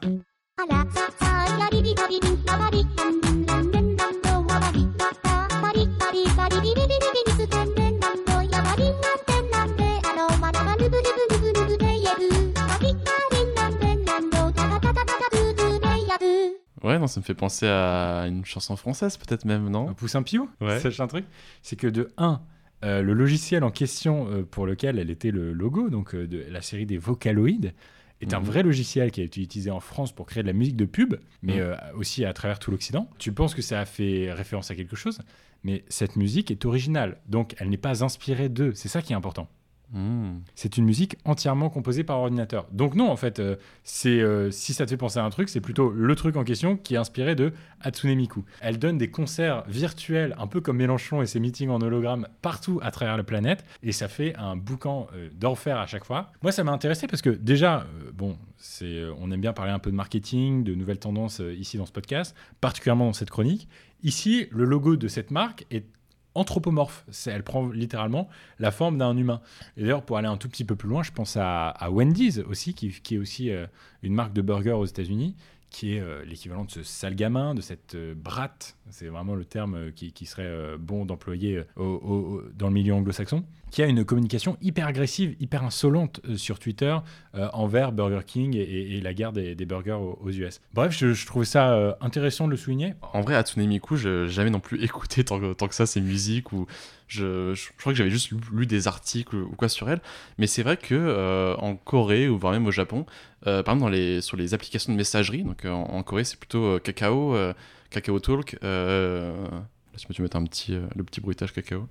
Ouais, non, ça me fait penser à une chanson française, peut-être même, non ? Un Poussin Piou ? Ouais. Sache un truc ? C'est que de un, euh, le logiciel en question euh, pour lequel elle était le logo, donc euh, de la série des Vocaloid, est mmh. un vrai logiciel qui a été utilisé en France pour créer de la musique de pub, mais mmh. euh, aussi à travers tout l'Occident. Tu penses que ça a fait référence à quelque chose, mais cette musique est originale, donc elle n'est pas inspirée d'eux. C'est ça qui est important. Mmh. C'est une musique entièrement composée par ordinateur. Donc non, en fait, euh, c'est, euh, si ça te fait penser à un truc, c'est plutôt le truc en question qui est inspiré de Hatsune Miku. Elle donne des concerts virtuels, un peu comme Mélenchon et ses meetings en hologramme, partout à travers la planète, et ça fait un boucan euh, d'enfer à chaque fois. Moi, ça m'a intéressé parce que déjà, euh, bon, c'est, euh, on aime bien parler un peu de marketing, de nouvelles tendances euh, ici dans ce podcast, particulièrement dans cette chronique. Ici, le logo de cette marque est anthropomorphe, c'est, elle prend littéralement la forme d'un humain. Et d'ailleurs, pour aller un tout petit peu plus loin, je pense à, à Wendy's aussi, qui, qui est aussi euh, une marque de burgers aux États-Unis, qui est euh, l'équivalent de ce sale gamin, de cette euh, brat, c'est vraiment le terme euh, qui, qui serait euh, bon d'employer euh, au, au, dans le milieu anglo-saxon, qui a une communication hyper agressive, hyper insolente euh, sur Twitter euh, envers Burger King et, et, et la guerre des, des burgers aux, aux U S. Bref, je, je trouvais ça euh, intéressant de le souligner. En vrai, Hatsune Miku, je n'ai jamais non plus écouté tant que, tant que ça ses musiques, ou je, je, je crois que j'avais juste lu, lu des articles ou quoi sur elle, mais c'est vrai que euh, en Corée ou voire même au Japon, euh, par exemple dans les, sur les applications de messagerie, donc euh, en, en Corée c'est plutôt euh, Kakao, euh, Kakao Talk, euh, laisse-moi te mettre un petit, euh, le petit bruitage Kakao.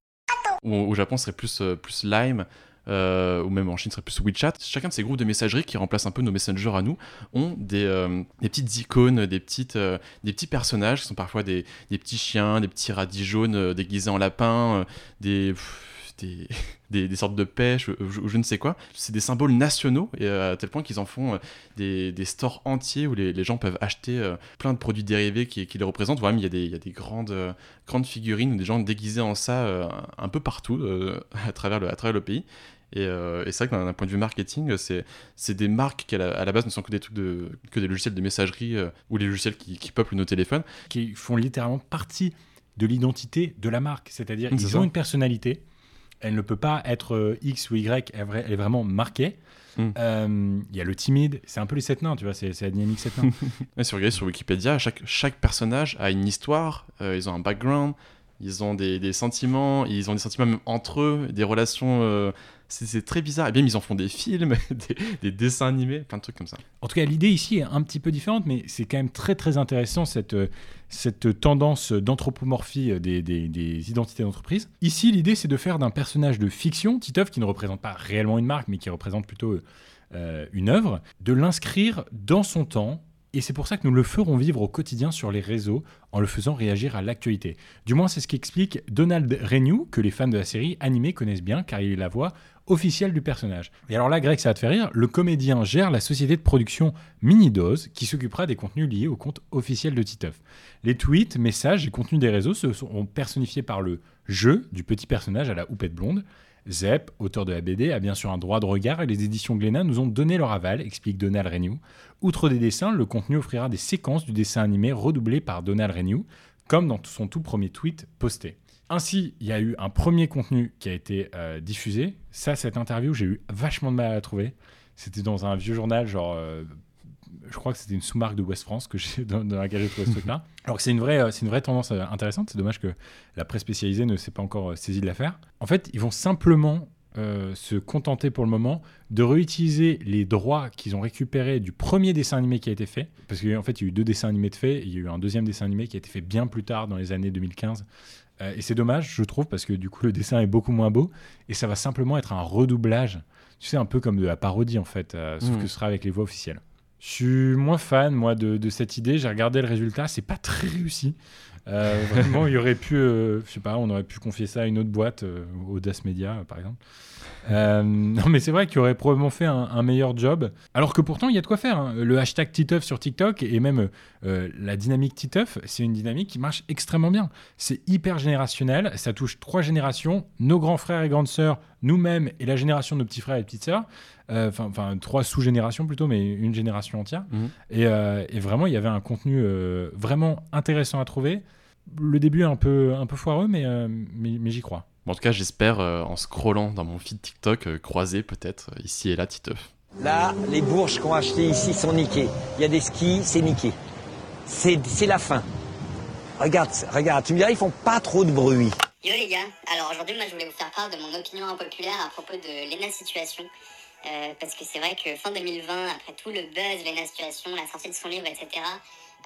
Ou au Japon ce serait plus, euh, plus Lime. Euh, ou même en Chine, ce serait plus WeChat. Chacun de ces groupes de messagerie qui remplacent un peu nos messengers à nous ont des, euh, des petites icônes, des, petites, euh, des petits personnages qui sont parfois des, des petits chiens, des petits radis jaunes euh, déguisés en lapins, euh, des, pff, des, des, des sortes de pêches ou, ou je ne sais quoi. C'est des symboles nationaux, et euh, à tel point qu'ils en font euh, des, des stores entiers où les, les gens peuvent acheter euh, plein de produits dérivés qui, qui les représentent. Voilà, il y a des, il y a des grandes, euh, grandes figurines, des gens déguisés en ça euh, un peu partout euh, à, travers le, à travers le pays. Et, euh, et c'est vrai que d'un point de vue marketing, c'est, c'est des marques qui à la, à la base ne sont que des trucs de, que des logiciels de messagerie euh, ou les logiciels qui, qui peuplent nos téléphones. Qui font littéralement partie de l'identité de la marque. C'est-à-dire C'est ils ça. ont une personnalité, elle ne peut pas être euh, X ou Y, elle, vra- elle est vraiment marquée. Il mm. euh, y a le timide, c'est un peu les sept nains, tu vois, c'est, c'est la dynamique sept nains. Ouais, si vous regardez sur Wikipédia, chaque, chaque personnage a une histoire, euh, ils ont un background, ils ont des, des sentiments, ils ont des sentiments même entre eux, des relations... Euh, C'est, c'est très bizarre. Et bien, ils en font des films, des, des dessins animés, plein de trucs comme ça. En tout cas, l'idée ici est un petit peu différente, mais c'est quand même très très intéressant cette, cette tendance d'anthropomorphie des, des, des identités d'entreprise. Ici, l'idée, c'est de faire d'un personnage de fiction, Titeuf, qui ne représente pas réellement une marque, mais qui représente plutôt euh, une œuvre, de l'inscrire dans son temps. Et c'est pour ça que nous le ferons vivre au quotidien sur les réseaux en le faisant réagir à l'actualité. Du moins, c'est ce qu'explique Donald Renew, que les fans de la série animée connaissent bien, car il est la voix officielle du personnage. Et alors là, Greg, ça va te faire rire, le comédien gère la société de production Minidose, qui s'occupera des contenus liés au compte officiel de Titeuf. Les tweets, messages et contenus des réseaux seront personnifiés par le « jeu » du petit personnage à la houppette blonde. Zep, auteur de la B D, a bien sûr un droit de regard et les éditions Glénat nous ont donné leur aval, explique Donald Renew. Outre des dessins, le contenu offrira des séquences du dessin animé redoublées par Donald Renew, comme dans son tout premier tweet posté. Ainsi, il y a eu un premier contenu qui a été euh, diffusé. Ça, cette interview, j'ai eu vachement de mal à la trouver. C'était dans un vieux journal, genre... Euh, je crois que c'était une sous-marque de Ouest France que j'ai, dans, dans laquelle j'ai trouvé ce truc-là. Alors que c'est une vraie, c'est une vraie tendance intéressante. C'est dommage que la presse spécialisée ne s'est pas encore saisie de l'affaire. En fait, ils vont simplement euh, se contenter pour le moment de réutiliser les droits qu'ils ont récupérés du premier dessin animé qui a été fait. Parce qu'en fait, il y a eu deux dessins animés de fait. Et il y a eu un deuxième dessin animé qui a été fait bien plus tard, dans les années deux mille quinze. Euh, et c'est dommage, je trouve, parce que du coup, le dessin est beaucoup moins beau. Et ça va simplement être un redoublage. Tu sais, un peu comme de la parodie, en fait. Euh, sauf mmh. que ce sera avec les voix officielles. Je suis moins fan, moi, de, de cette idée. J'ai regardé le résultat, c'est pas très réussi. Euh, vraiment, il y aurait pu, euh, je sais pas, on aurait pu confier ça à une autre boîte, euh, Audace Media, euh, par exemple. Euh, non, mais c'est vrai qu'il aurait probablement fait un, un meilleur job. Alors que pourtant, il y a de quoi faire. Hein. Le hashtag Titeuf sur TikTok et même euh, la dynamique Titeuf, c'est une dynamique qui marche extrêmement bien. C'est hyper générationnel. Ça touche trois générations, nos grands frères et grandes sœurs, nous-mêmes et la génération de nos petits frères et petites sœurs. Enfin, euh, trois sous-générations plutôt, mais une génération entière. Mmh. Et, euh, et vraiment, il y avait un contenu euh, vraiment intéressant à trouver. Le début est un peu, un peu foireux, mais, euh, mais, mais j'y crois. Bon, en tout cas, j'espère, euh, en scrollant dans mon feed TikTok, euh, croiser peut-être euh, ici et là Titeuf. Là, les bourges qu'on a achetées ici sont niquées. Il y a des skis, c'est niqué. C'est, c'est la fin. Regarde, regarde, tu me diras, ils font pas trop de bruit. Yo les gars, alors aujourd'hui, moi je voulais vous faire part de mon opinion impopulaire à propos de Léna Situation. Euh, parce que c'est vrai que fin deux mille vingt, après tout le buzz, Léna Situation, la sortie de son livre, et cetera, euh,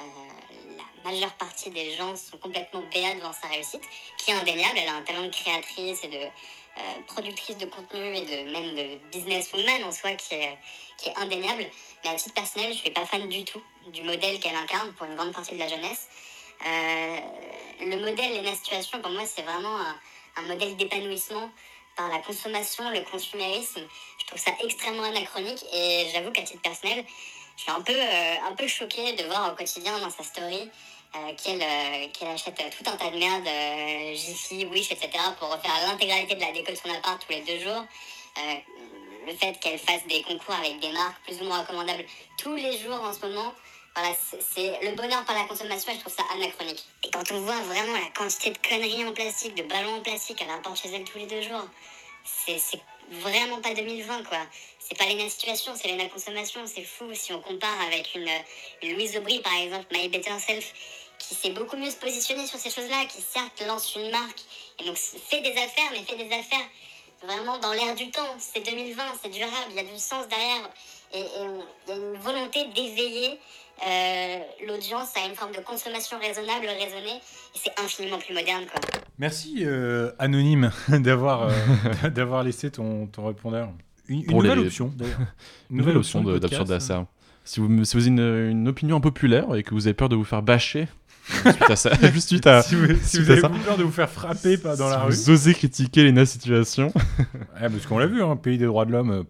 la majeure partie des gens sont complètement béats devant sa réussite, qui est indéniable. Elle a un talent de créatrice et de euh, productrice de contenu et de même de businesswoman en soi qui est, qui est indéniable. Mais à titre personnel, je suis pas fan du tout du modèle qu'elle incarne pour une grande partie de la jeunesse. Euh, le modèle Léna Situation, pour moi, c'est vraiment un, un modèle d'épanouissement par la consommation, le consumérisme. Je trouve ça extrêmement anachronique et j'avoue qu'à titre personnel, je suis un peu, euh, un peu choquée de voir au quotidien dans sa story euh, qu'elle, euh, qu'elle achète tout un tas de merde, euh, Jiffy, Wish, et cetera pour refaire l'intégralité de la déco de son appart tous les deux jours. Euh, le fait qu'elle fasse des concours avec des marques plus ou moins recommandables tous les jours en ce moment, Voilà, c'est, c'est le bonheur par la consommation et je trouve ça anachronique. Et quand on voit vraiment la quantité de conneries en plastique, de ballons en plastique à la porte chez elle tous les deux jours, c'est, c'est vraiment pas deux mille vingt, quoi. C'est pas l'E N A situation, c'est l'E N A consommation, c'est fou. Si on compare avec une, une Louise Aubry, par exemple, My Better Self, qui sait beaucoup mieux se positionner sur ces choses-là, qui certes lance une marque, et donc fait des affaires, mais fait des affaires vraiment dans l'air du temps. C'est deux mille vingt, c'est durable, il y a du sens derrière, et il y a une volonté d'éveiller euh, l'audience à une forme de consommation raisonnable, raisonnée, et c'est infiniment plus moderne, quoi. Merci euh, Anonyme d'avoir, euh, d'avoir laissé ton, ton répondeur. Une, une nouvelle les... option, d'ailleurs. Une nouvelle option de, d'Absurde Assa. Si vous, si vous avez une, une opinion impopulaire et que vous avez peur de vous faire bâcher suite à ça, juste suite à, si vous, si suite vous à avez ça, peur de vous faire frapper pas dans si la vous rue, vous osez critiquer l'E N A situation. Ouais, parce qu'on l'a vu, hein, pays des droits de l'homme. Euh,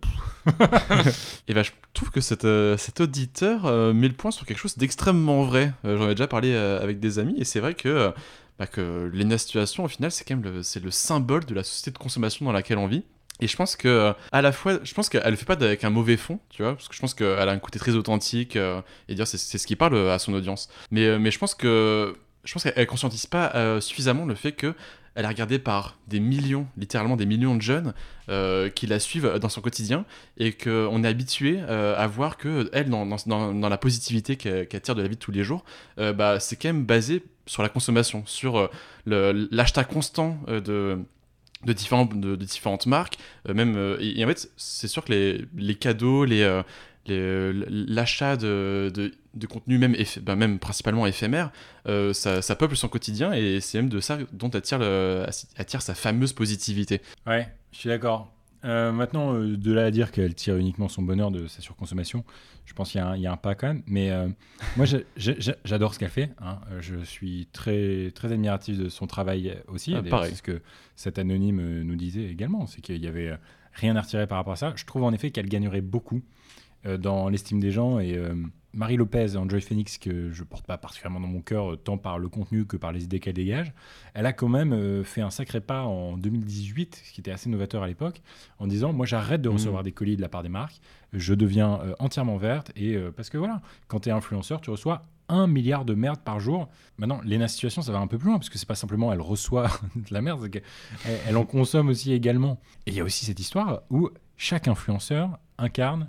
et ben, je trouve que cet, euh, cet auditeur euh, met le point sur quelque chose d'extrêmement vrai. Euh, j'en ai déjà parlé euh, avec des amis et c'est vrai que, euh, bah, que l'E N A situation, au final, c'est quand même le, c'est le symbole de la société de consommation dans laquelle on vit. Et je pense que à la fois, je pense qu'elle le fait pas avec un mauvais fond, tu vois, parce que je pense qu'elle a un côté très authentique euh, et dire c'est, c'est ce qui parle à son audience. Mais euh, mais je pense que je pense qu'elle conscientise pas euh, suffisamment le fait que elle est regardée par des millions, littéralement des millions de jeunes euh, qui la suivent dans son quotidien et qu'on est habitué euh, à voir que elle dans, dans, dans la positivité qu'elle, qu'elle tire de la vie de tous les jours, euh, bah c'est quand même basé sur la consommation, sur euh, le, l'achat constant euh, de De, différents, de, de différentes marques, euh, même, euh, et, et en fait, c'est sûr que les, les cadeaux, les, euh, les, l'achat de, de, de contenu, même, eff, ben même principalement éphémère, euh, ça, ça peuple son quotidien, et c'est même de ça dont attire, le, attire sa fameuse positivité. Ouais, je suis d'accord. Euh, maintenant, euh, de là à dire qu'elle tire uniquement son bonheur de sa surconsommation, je pense qu'il y a un, il y a un pas quand même. Mais euh, moi, j'ai, j'ai, j'adore ce qu'elle fait. Hein. Je suis très, très admiratif de son travail aussi. Ah, D'ailleurs, c'est ce que cet anonyme nous disait également, c'est qu'il n'y avait rien à retirer par rapport à ça. Je trouve en effet qu'elle gagnerait beaucoup euh, dans l'estime des gens. Et euh, Marie Lopez, Enjoy Phoenix, que je ne porte pas particulièrement dans mon cœur, tant par le contenu que par les idées qu'elle dégage, elle a quand même euh, fait un sacré pas en deux mille dix-huit, ce qui était assez novateur à l'époque, en disant « Moi, j'arrête de recevoir mmh. des colis de la part des marques, je deviens euh, entièrement verte. » Et euh, parce que voilà, quand tu es influenceur, tu reçois un milliard de merde par jour. Maintenant, l'E N A situation, ça va un peu plus loin, parce que c'est pas simplement elle reçoit de la merde, c'est qu'elle elle en consomme aussi également. Et il y a aussi cette histoire où chaque influenceur incarne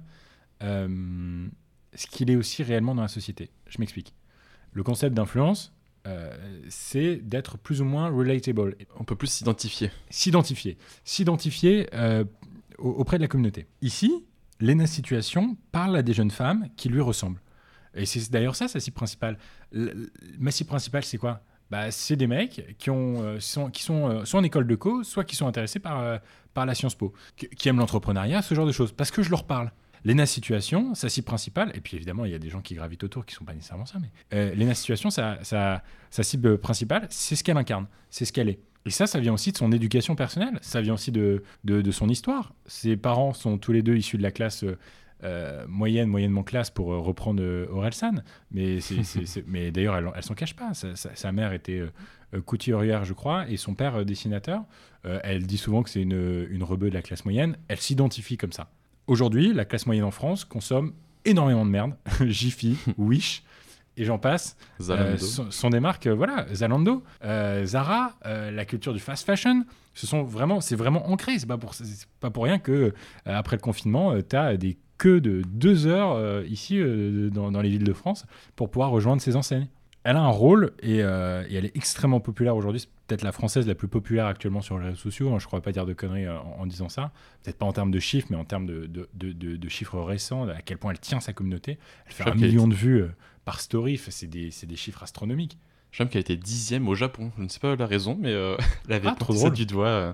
euh, ce qu'il est aussi réellement dans la société. Je m'explique. Le concept d'influence, euh, c'est d'être plus ou moins relatable. On peut plus s'identifier. S'identifier. S'identifier euh, auprès de la communauté. Ici, l'E N A situation parle à des jeunes femmes qui lui ressemblent. Et c'est d'ailleurs ça, sa cible principale. Le, ma cible principale, c'est quoi ? Bah, c'est des mecs qui, ont, euh, sont, qui sont euh, soit en école de co, soit qui sont intéressés par, euh, par la Sciences Po, qui, qui aiment l'entrepreneuriat, ce genre de choses, parce que je leur parle. L'E N A situation, sa cible principale, et puis évidemment, il y a des gens qui gravitent autour qui ne sont pas nécessairement ça, mais euh, l'E N A situation, sa, sa, sa cible principale, c'est ce qu'elle incarne, c'est ce qu'elle est. Et ça, ça vient aussi de son éducation personnelle, ça vient aussi de, de, de son histoire. Ses parents sont tous les deux issus de la classe... Euh, Euh, moyenne, moyennement classe pour euh, reprendre euh, Orelsan, mais, c'est, c'est, c'est, mais d'ailleurs elle, elle s'en cache pas. Sa, sa, sa mère était euh, couturière, je crois, et son père euh, dessinateur. Euh, elle dit souvent que c'est une, une rebeu de la classe moyenne. Elle s'identifie comme ça. Aujourd'hui, la classe moyenne en France consomme énormément de merde. Jiffy, Wish, et j'en passe. Zalando. Euh, sont, sont des marques, euh, voilà, Zalando, euh, Zara, euh, la culture du fast fashion. Ce sont vraiment, c'est vraiment ancré. C'est pas pour, c'est pas pour rien que euh, après le confinement, euh, tu as des que de deux heures euh, ici euh, dans, dans les villes de France pour pouvoir rejoindre ces enseignes. Elle a un rôle et, euh, et elle est extrêmement populaire aujourd'hui. C'est peut-être la française la plus populaire actuellement sur les réseaux sociaux. Hein, je ne crois pas dire de conneries en, en disant ça. Peut-être pas en termes de chiffres, mais en termes de, de, de, de, de chiffres récents, à quel point elle tient sa communauté. Elle fait un million de vues euh, par story. C'est des, c'est des chiffres astronomiques. J'aime qu'elle était dixième au Japon. Je ne sais pas la raison, mais euh, elle avait ah, trop ça drôle. du doigt. Euh,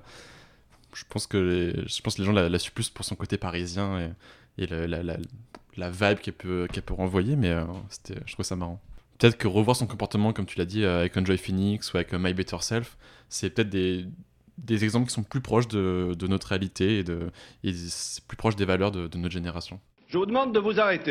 je pense que les, je pense que les gens la, la suivent plus pour son côté parisien et et la, la, la, la vibe qu'elle peut, qu'elle peut renvoyer, mais euh, c'était, je trouve ça marrant. Peut-être que revoir son comportement, comme tu l'as dit, euh, avec Enjoy Phoenix ou avec euh, My Better Self, c'est peut-être des, des exemples qui sont plus proches de, de notre réalité et, de, et plus proches des valeurs de, de notre génération. Je vous demande de vous arrêter.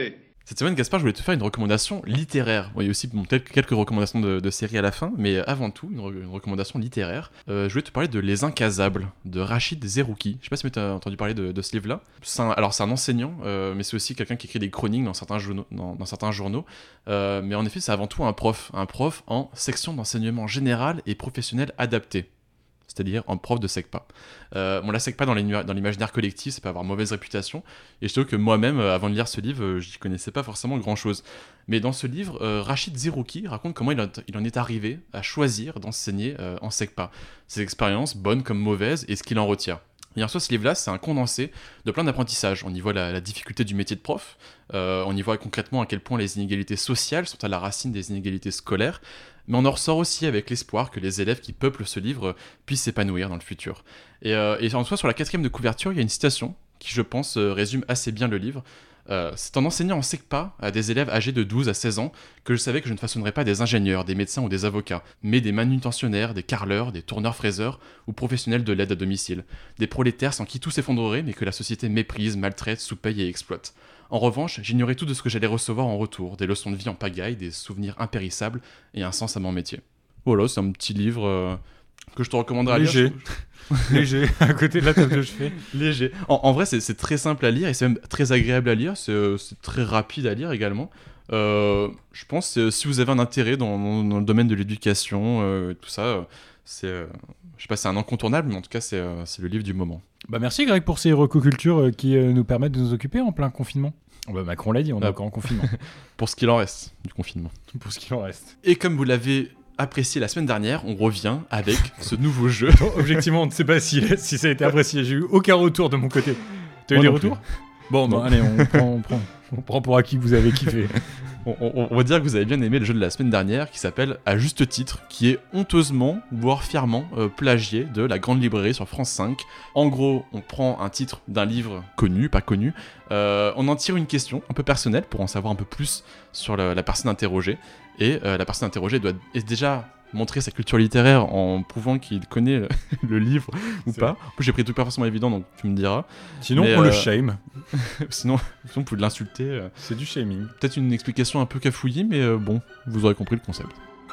Cette semaine, Gaspard, je voulais te faire une recommandation littéraire. Bon, il y a aussi bon, quelques recommandations de, de séries à la fin, mais avant tout, une, re- une recommandation littéraire. Euh, je voulais te parler de Les Incasables, de Rachid Zerouki. Je sais pas si tu as entendu parler de, de ce livre-là. C'est un, alors, c'est un enseignant, euh, mais c'est aussi quelqu'un qui écrit des chroniques dans certains journaux. Dans, dans certains journaux. Euh, mais en effet, c'est avant tout un prof. Un prof en section d'enseignement général et professionnel adapté. C'est-à-dire en prof de SECPA. Euh, bon, la SECPA, dans, dans l'imaginaire collectif, ça peut avoir mauvaise réputation. Et je trouve que moi-même, euh, avant de lire ce livre, euh, j'y connaissais pas forcément grand-chose. Mais dans ce livre, euh, Rachid Zerouki raconte comment il, a, il en est arrivé à choisir d'enseigner euh, en SECPA. Ses expériences, bonnes comme mauvaises, et ce qu'il en retire. Et en soi, ce livre-là, c'est un condensé de plein d'apprentissages. On y voit la, la difficulté du métier de prof, euh, on y voit concrètement à quel point les inégalités sociales sont à la racine des inégalités scolaires, mais on en ressort aussi avec l'espoir que les élèves qui peuplent ce livre puissent s'épanouir dans le futur. Et, euh, et en soi, sur la quatrième de couverture, il y a une citation qui, je pense, euh, résume assez bien le livre. Euh, c'est en enseignant en SECPA à des élèves âgés de douze à seize ans que je savais que je ne façonnerais pas des ingénieurs, des médecins ou des avocats, mais des manutentionnaires, des carreleurs, des tourneurs-fraiseurs ou professionnels de l'aide à domicile. Des prolétaires sans qui tout s'effondrerait mais que la société méprise, maltraite, sous-paye et exploite. En revanche, j'ignorais tout de ce que j'allais recevoir en retour, des leçons de vie en pagaille, des souvenirs impérissables et un sens à mon métier. Voilà, c'est un petit livre euh, que je te recommanderais à lire. Léger. Léger, à côté de la table de chevet. Léger. En, en vrai, c'est, c'est très simple à lire et c'est même très agréable à lire. C'est, euh, c'est très rapide à lire également. Euh, je pense que si vous avez un intérêt dans, dans, dans le domaine de l'éducation, euh, tout ça, euh, c'est, euh, je sais pas, c'est un incontournable, mais en tout cas, c'est, euh, c'est le livre du moment. Bah merci Greg pour ces recocultures euh, qui euh, nous permettent de nous occuper en plein confinement. Bah, Macron l'a dit, on est ah. encore en confinement. Pour ce qu'il en reste du confinement. Pour ce qu'il en reste. Et comme vous l'avez apprécié la semaine dernière, on revient avec ce nouveau jeu. Bon, objectivement, on ne sait pas si, si ça a été apprécié. J'ai eu aucun retour de mon côté. T'as eu des retours ? Bon, bon, allez, on prend, on, prend, on prend pour acquis que vous avez kiffé. On, on, on va dire que vous avez bien aimé le jeu de la semaine dernière qui s'appelle À juste titre, qui est honteusement, voire fièrement, euh, plagié de La Grande Librairie sur France cinq. En gros, on prend un titre d'un livre connu, pas connu, euh, on en tire une question un peu personnelle pour en savoir un peu plus sur la, la personne interrogée, et euh, la personne interrogée doit déjà montrer sa culture littéraire en prouvant qu'il connaît le, le livre ou c'est pas. En plus, j'ai pris des trucs pas forcément évidents, donc tu me diras. Sinon, Mais, on euh, le shame. sinon, sinon, vous pouvez l'insulter. Euh, c'est du shaming. Peut-être une explication un peu cafouillie, mais euh, bon, vous aurez compris le concept.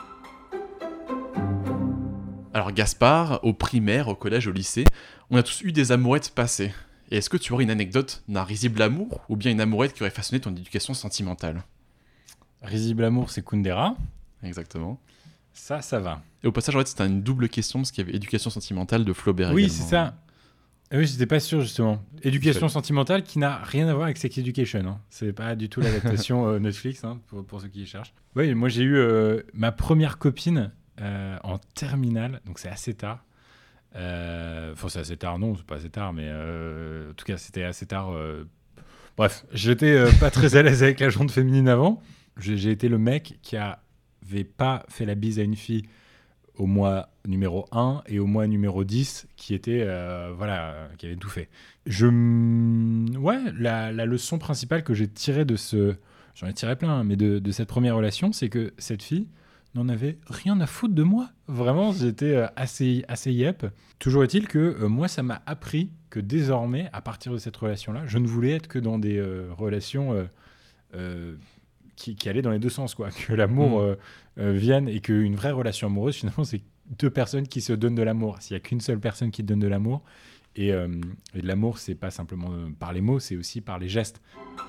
Alors, Gaspard, au primaire, au collège, au lycée, on a tous eu des amourettes passées. Et est-ce que tu aurais une anecdote d'un risible amour ou bien une amourette qui aurait façonné ton éducation sentimentale ? Risible amour, c'est Kundera. Exactement. Ça, ça va. Et au passage, en fait, c'était une double question parce qu'il y avait éducation sentimentale de Flaubert oui, également. c'est ça. Ah oui, j'étais pas sûr justement. Éducation fait. sentimentale qui n'a rien à voir avec Sex Education. Hein. C'est pas du tout l'adaptation euh, Netflix hein, pour, pour ceux qui y cherchent. Oui, moi j'ai eu euh, ma première copine euh, en terminale, donc c'est assez tard. Euh, enfin, c'est assez tard, non, c'est pas assez tard, mais euh, en tout cas, c'était assez tard. Euh... Bref, j'étais euh, pas très à l'aise avec la jante féminine avant. J'ai, j'ai été le mec qui avait pas fait la bise à une fille au mois numéro un et au mois numéro dix, qui était, euh, voilà, euh, qui avait tout fait. Je, ouais, la, la leçon principale que j'ai tirée de ce, j'en ai tiré plein, mais de, de cette première relation, c'est que cette fille n'en avait rien à foutre de moi. Vraiment, j'étais euh, assez, assez yep. Toujours est-il que euh, moi, ça m'a appris que désormais, à partir de cette relation-là, je ne voulais être que dans des euh, relations euh, euh, qui, qui allaient dans les deux sens, quoi. Que l'amour mmh. euh, euh, vienne et qu'une vraie relation amoureuse, finalement, c'est deux personnes qui se donnent de l'amour. S'il n'y a qu'une seule personne qui te donne de l'amour, et, euh, et de l'amour, c'est pas simplement par les mots, c'est aussi par les gestes.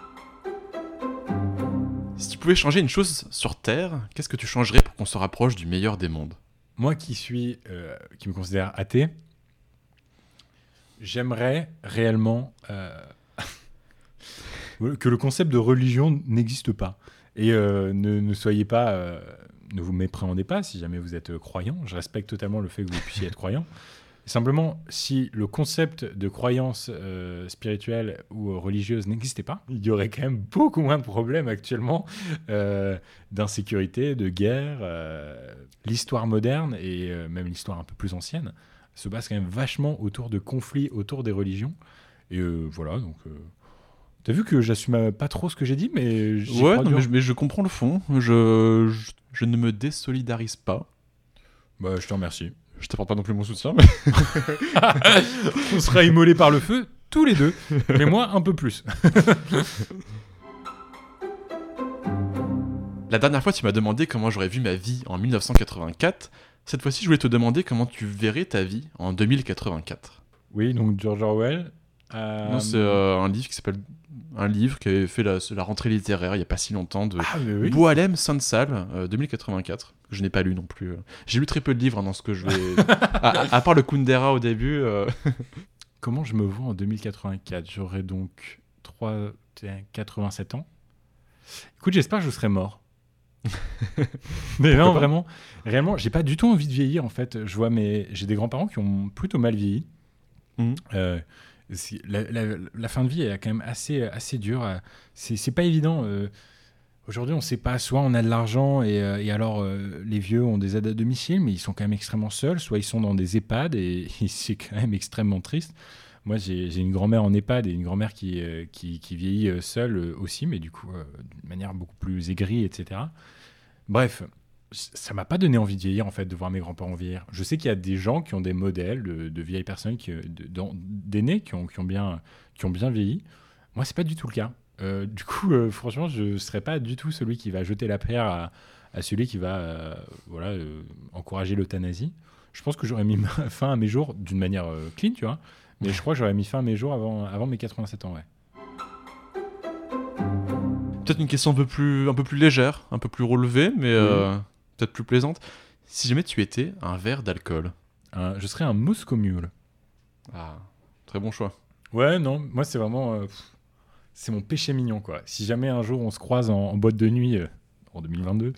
Si tu pouvais changer une chose sur Terre, qu'est-ce que tu changerais pour qu'on se rapproche du meilleur des mondes ? Moi qui suis, euh, qui me considère athée, j'aimerais réellement euh, que le concept de religion n'existe pas. Et euh, ne, ne soyez pas, euh, ne vous mépréhendez pas si jamais vous êtes croyant. Je respecte totalement le fait que vous puissiez être croyant. Simplement, si le concept de croyance euh, spirituelle ou religieuse n'existait pas, il y aurait quand même beaucoup moins de problèmes actuellement euh, d'insécurité, de guerre. Euh, l'histoire moderne et euh, même l'histoire un peu plus ancienne se base quand même vachement autour de conflits autour des religions. Et euh, voilà, donc... Euh, t'as vu que j'assume pas trop ce que j'ai dit, mais j'y ouais, crois non, dur. mais, je, mais je comprends le fond. Je, je, je ne me désolidarise pas. Bah, je te remercie. Je t'apporte pas non plus mon soutien, mais... On sera immolés par le feu, tous les deux. Mais moi, un peu plus. La dernière fois, tu m'as demandé comment j'aurais vu ma vie en mille neuf cent quatre-vingt-quatre. Cette fois-ci, je voulais te demander comment tu verrais ta vie en deux mille quatre-vingt-quatre. Oui, donc George Orwell. Euh... Non, c'est euh, un livre qui s'appelle un livre qui avait fait la, la rentrée littéraire il y a pas si longtemps de ah, oui. Boualem Sansal, euh, deux mille quatre-vingt-quatre. Je n'ai pas lu non plus. J'ai lu très peu de livres hein, dans ce que je vais. à, à part le Kundera au début. Euh... Comment je me vois en deux mille quatre-vingt-quatre? J'aurais donc trois, quatre-vingt-sept ans. Écoute, j'espère que je serai mort. Mais non, vraiment, réellement, j'ai pas du tout envie de vieillir en fait. Je vois mes, j'ai des grands-parents qui ont plutôt mal vieilli. Mmh. Euh, la, la, la fin de vie est quand même assez, assez dure. C'est, c'est pas évident. Euh, aujourd'hui, on sait pas. Soit on a de l'argent et, et alors euh, les vieux ont des aides à domicile, mais ils sont quand même extrêmement seuls. Soit ils sont dans des EHPAD et, et c'est quand même extrêmement triste. Moi, j'ai, j'ai une grand-mère en EHPAD et une grand-mère qui, euh, qui, qui vieillit seule euh, aussi, mais du coup, euh, d'une manière beaucoup plus aigrie, et cetera. Bref, ça m'a pas donné envie de vieillir, en fait, de voir mes grands-parents vieillir. Je sais qu'il y a des gens qui ont des modèles de, de vieilles personnes, qui, de, de, d'aînés qui ont, qui, ont bien, qui ont bien vieilli. Moi, c'est pas du tout le cas. Euh, du coup, euh, franchement, je serais pas du tout celui qui va jeter la pierre à, à celui qui va euh, voilà, euh, encourager l'euthanasie. Je pense que j'aurais mis fin à mes jours d'une manière euh, clean, tu vois. Mais je crois que j'aurais mis fin à mes jours avant, avant mes quatre-vingt-sept ans, ouais. Peut-être une question un peu plus, un peu plus légère, un peu plus relevée, mais euh, mmh. peut-être plus plaisante. Si jamais tu étais un verre d'alcool, euh, je serais un Moscow Mule. Ah, très bon choix. Ouais, non, moi c'est vraiment, euh, pff, c'est mon péché mignon, quoi. Si jamais un jour on se croise en, en boîte de nuit euh, en deux mille vingt-deux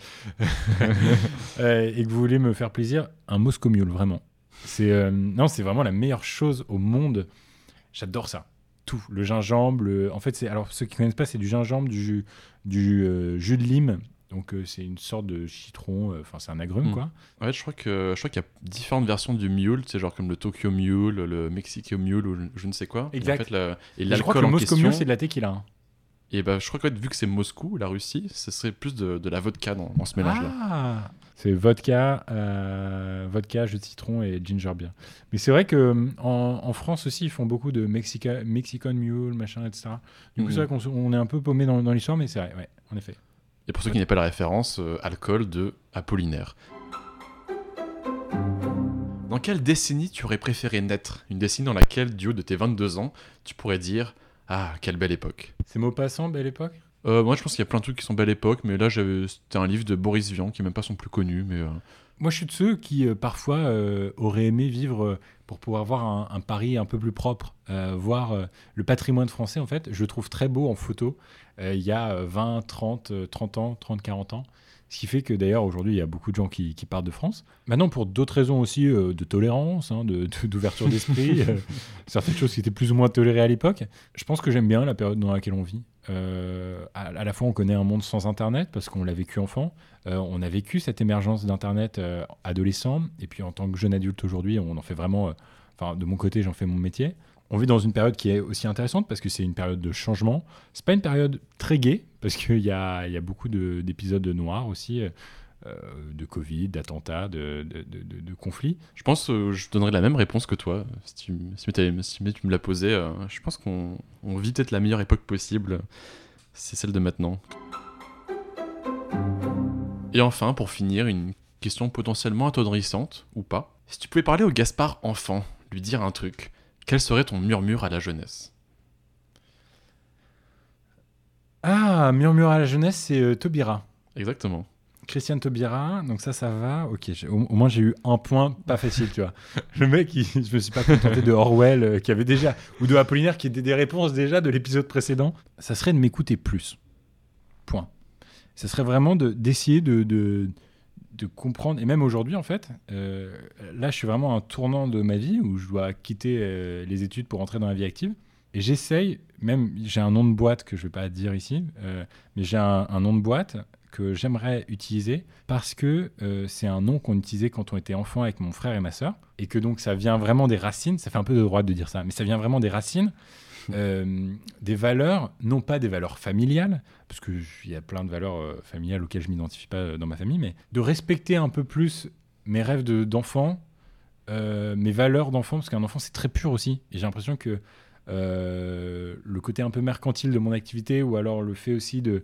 euh, et que vous voulez me faire plaisir, un Moscow Mule, vraiment. C'est euh, non, c'est vraiment la meilleure chose au monde. J'adore ça. Tout, le gingembre. Le... En fait, c'est alors ceux qui connaissent pas, c'est du gingembre, du jus, du euh, jus de lime. Donc euh, c'est une sorte de citron. Enfin, euh, c'est un agrume, mmh. quoi. Ouais, je crois que je crois qu'il y a différentes versions du mule. C'est genre comme le Tokyo Mule, le Mexico Mule ou je ne sais quoi. Exact. Et, en fait, la... et je crois que le Moscow Mule, c'est de la tequila. Hein. Et bah, je crois que vu que c'est Moscou, la Russie, ce serait plus de, de la vodka dans, dans ce mélange-là. Ah, c'est vodka, euh, vodka, jus de citron et ginger beer. Mais c'est vrai que en, en France aussi, ils font beaucoup de Mexica, Mexican Mule, machin, et cetera. Du coup, mmh. c'est vrai qu'on on est un peu paumé dans, dans l'histoire, mais c'est vrai, ouais, en effet. Et pour ceux qui n'aient pas la référence, euh, alcool de Apollinaire. Dans quelle décennie tu aurais préféré naître? Une décennie dans laquelle, du haut de tes vingt-deux ans, tu pourrais dire « Ah, quelle belle époque !» C'est Maupassant, belle époque? euh, Moi, je pense qu'il y a plein de trucs qui sont belle époque, mais là, j'avais... c'était un livre de Boris Vian, qui n'est même pas son plus connu, mais... Euh... Moi, je suis de ceux qui, euh, parfois, euh, auraient aimé vivre euh, pour pouvoir voir un, un Paris un peu plus propre, euh, voir euh, le patrimoine français, en fait. Je le trouve très beau en photo. Euh, il y a vingt, trente, trente ans, trente, quarante ans. Ce qui fait que, d'ailleurs, aujourd'hui, il y a beaucoup de gens qui, qui partent de France. Maintenant, pour d'autres raisons aussi, euh, de tolérance, hein, de, de, d'ouverture d'esprit, euh, certaines choses qui étaient plus ou moins tolérées à l'époque. Je pense que j'aime bien la période dans laquelle on vit. Euh, à, à la fois, on connaît un monde sans Internet, parce qu'on l'a vécu enfant. Euh, on a vécu cette émergence d'Internet euh, adolescent. Et puis, en tant que jeune adulte aujourd'hui, on en fait vraiment... Euh, enfin, de mon côté, j'en fais mon métier. On vit dans une période qui est aussi intéressante parce que c'est une période de changement. C'est pas une période très gaie parce qu'il y a, y a beaucoup de, d'épisodes noirs aussi, euh, de Covid, d'attentats, de, de, de, de, de conflits. Je pense que euh, je donnerais la même réponse que toi. Si tu, si si tu me l'as posé, euh, je pense qu'on on vit peut-être la meilleure époque possible. C'est celle de maintenant. Et enfin, pour finir, une question potentiellement attendrissante, ou pas. Si tu pouvais parler au Gaspard enfant, lui dire un truc... Quel serait ton murmure à la jeunesse? Ah, murmure à la jeunesse, c'est euh, Taubira. Exactement. Christiane Taubira, donc ça, ça va. Ok, j'ai, au, au moins j'ai eu un point pas facile, tu vois. Le mec, il, je me suis pas contenté de Orwell, euh, qui avait déjà, ou de Apollinaire, qui était des réponses déjà de l'épisode précédent. Ça serait de m'écouter plus. Point. Ça serait vraiment de, d'essayer de... de de comprendre, et même aujourd'hui en fait, euh, là je suis vraiment à un tournant de ma vie où je dois quitter euh, les études pour entrer dans la vie active, et j'essaye, même j'ai un nom de boîte que je vais pas dire ici, euh, mais j'ai un, un nom de boîte que j'aimerais utiliser parce que euh, c'est un nom qu'on utilisait quand on était enfant avec mon frère et ma sœur, et que donc ça vient vraiment des racines, ça fait un peu de droite de dire ça, mais ça vient vraiment des racines, Euh, des valeurs, non pas des valeurs familiales, parce qu'il y a plein de valeurs euh, familiales auxquelles je ne m'identifie pas euh, dans ma famille, mais de respecter un peu plus mes rêves de, d'enfant, euh, mes valeurs d'enfant, parce qu'un enfant c'est très pur aussi, et j'ai l'impression que euh, le côté un peu mercantile de mon activité, ou alors le fait aussi de,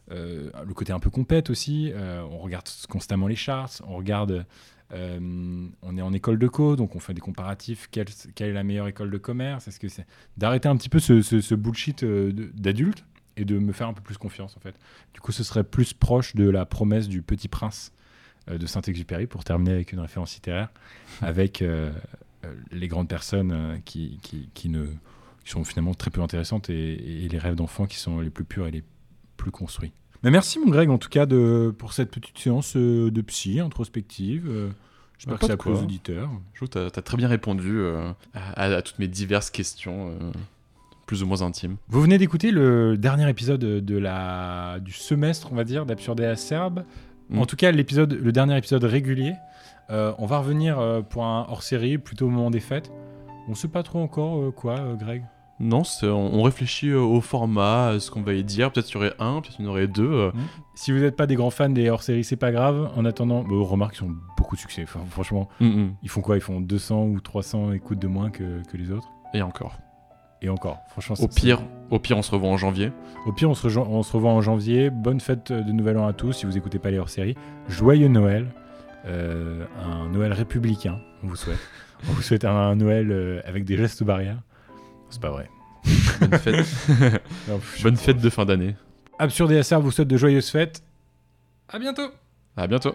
euh, le côté un peu compète aussi. Euh, on regarde constamment les charts, on regarde... Euh, on est en école de co, donc on fait des comparatifs. Quelle, quelle est la meilleure école de commerce? Est-ce que c'est d'arrêter un petit peu ce, ce, ce bullshit euh, de, d'adulte et de me faire un peu plus confiance en fait. Du coup, ce serait plus proche de la promesse du Petit Prince euh, de Saint-Exupéry, pour terminer avec une référence littéraire, avec euh, euh, les grandes personnes euh, qui, qui, qui, ne, qui sont finalement très peu intéressantes et, et les rêves d'enfants qui sont les plus purs et les plus construits. Mais merci mon Greg en tout cas de, pour cette petite séance euh, de psy introspective. Euh, j'espère Bah, que ça pas a de plu aux quoi. auditeurs. Je trouve que tu as très bien répondu euh, à, à toutes mes diverses questions, euh, plus ou moins intimes. Vous venez d'écouter le dernier épisode de la, du semestre, on va dire, d'Absurde et Acerbe. Mm. En tout cas, l'épisode, le dernier épisode régulier. Euh, on va revenir euh, pour un hors-série, plutôt au moment des fêtes. On ne sait pas trop encore euh, quoi, euh, Greg. Non, c'est, on, on réfléchit euh, au format, à ce qu'on va y dire. Peut-être qu'il y aurait un, peut-être qu'il y en aurait deux. euh. Mm. Si vous n'êtes pas des grands fans des hors-séries, c'est pas grave. En attendant, bah, remarque, ils ont beaucoup de succès. Enfin, franchement, Mm-mm. ils font quoi? Ils font deux cents ou trois cents écoutes de moins que, que les autres. Et encore. Et encore. Franchement, Au c'est- pire, au pire, on se revoit en janvier. Au pire, on se, rejo- on se revoit en janvier. Bonne fête de Nouvel An à tous si vous écoutez pas les hors-séries. Joyeux Noël. Euh, un Noël républicain, on vous souhaite. On vous souhaite un Noël euh, avec des gestes barrières. C'est pas vrai. Bonne fête. Non, je- Bonne fête de fin d'année. Absurde et Acerbe vous souhaite de joyeuses fêtes. À bientôt. À bientôt.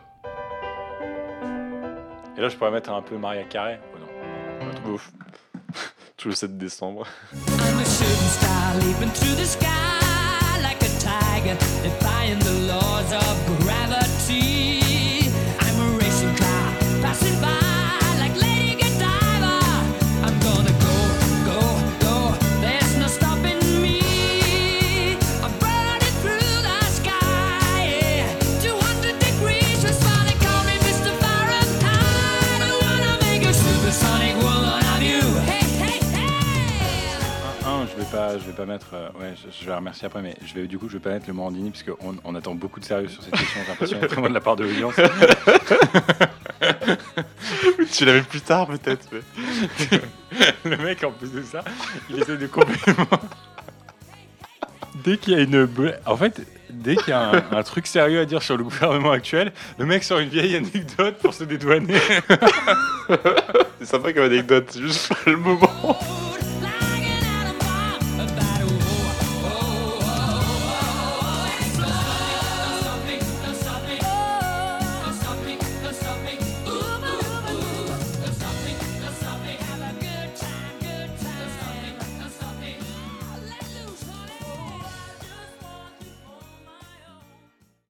Et là, je pourrais mettre un peu Maria Carey. Oh non. Ouf. Tout le sept décembre. I'm a shooting star leaping through the sky like a tiger, defying the laws of gravity. I'm a racing car passing by like Lady Godiva. I'm gonna go, go, go. There's no stopping me. I'm burning through the sky. Yeah. two hundred degrees, that's why they call me Mister Fahrenheit. I wanna make a supersonic woman of you. Hey, hey, hey. Un, je vais pas, je vais pas mettre. euh, ouais, je, je vais remercier après, mais je vais du coup, je vais pas mettre le Morandini parce qu'on on attend beaucoup de sérieux sur cette question. J'ai l'impression vraiment de la part de l'audience. Tu l'avais plus tard peut-être. Mais... Le mec, en plus de ça, il essaie de complètement. Dès qu'il y a une. bla- En fait, dès qu'il y a un, un truc sérieux à dire sur le gouvernement actuel, le mec sort une vieille anecdote pour se dédouaner. C'est sympa comme anecdote, c'est juste pas le moment.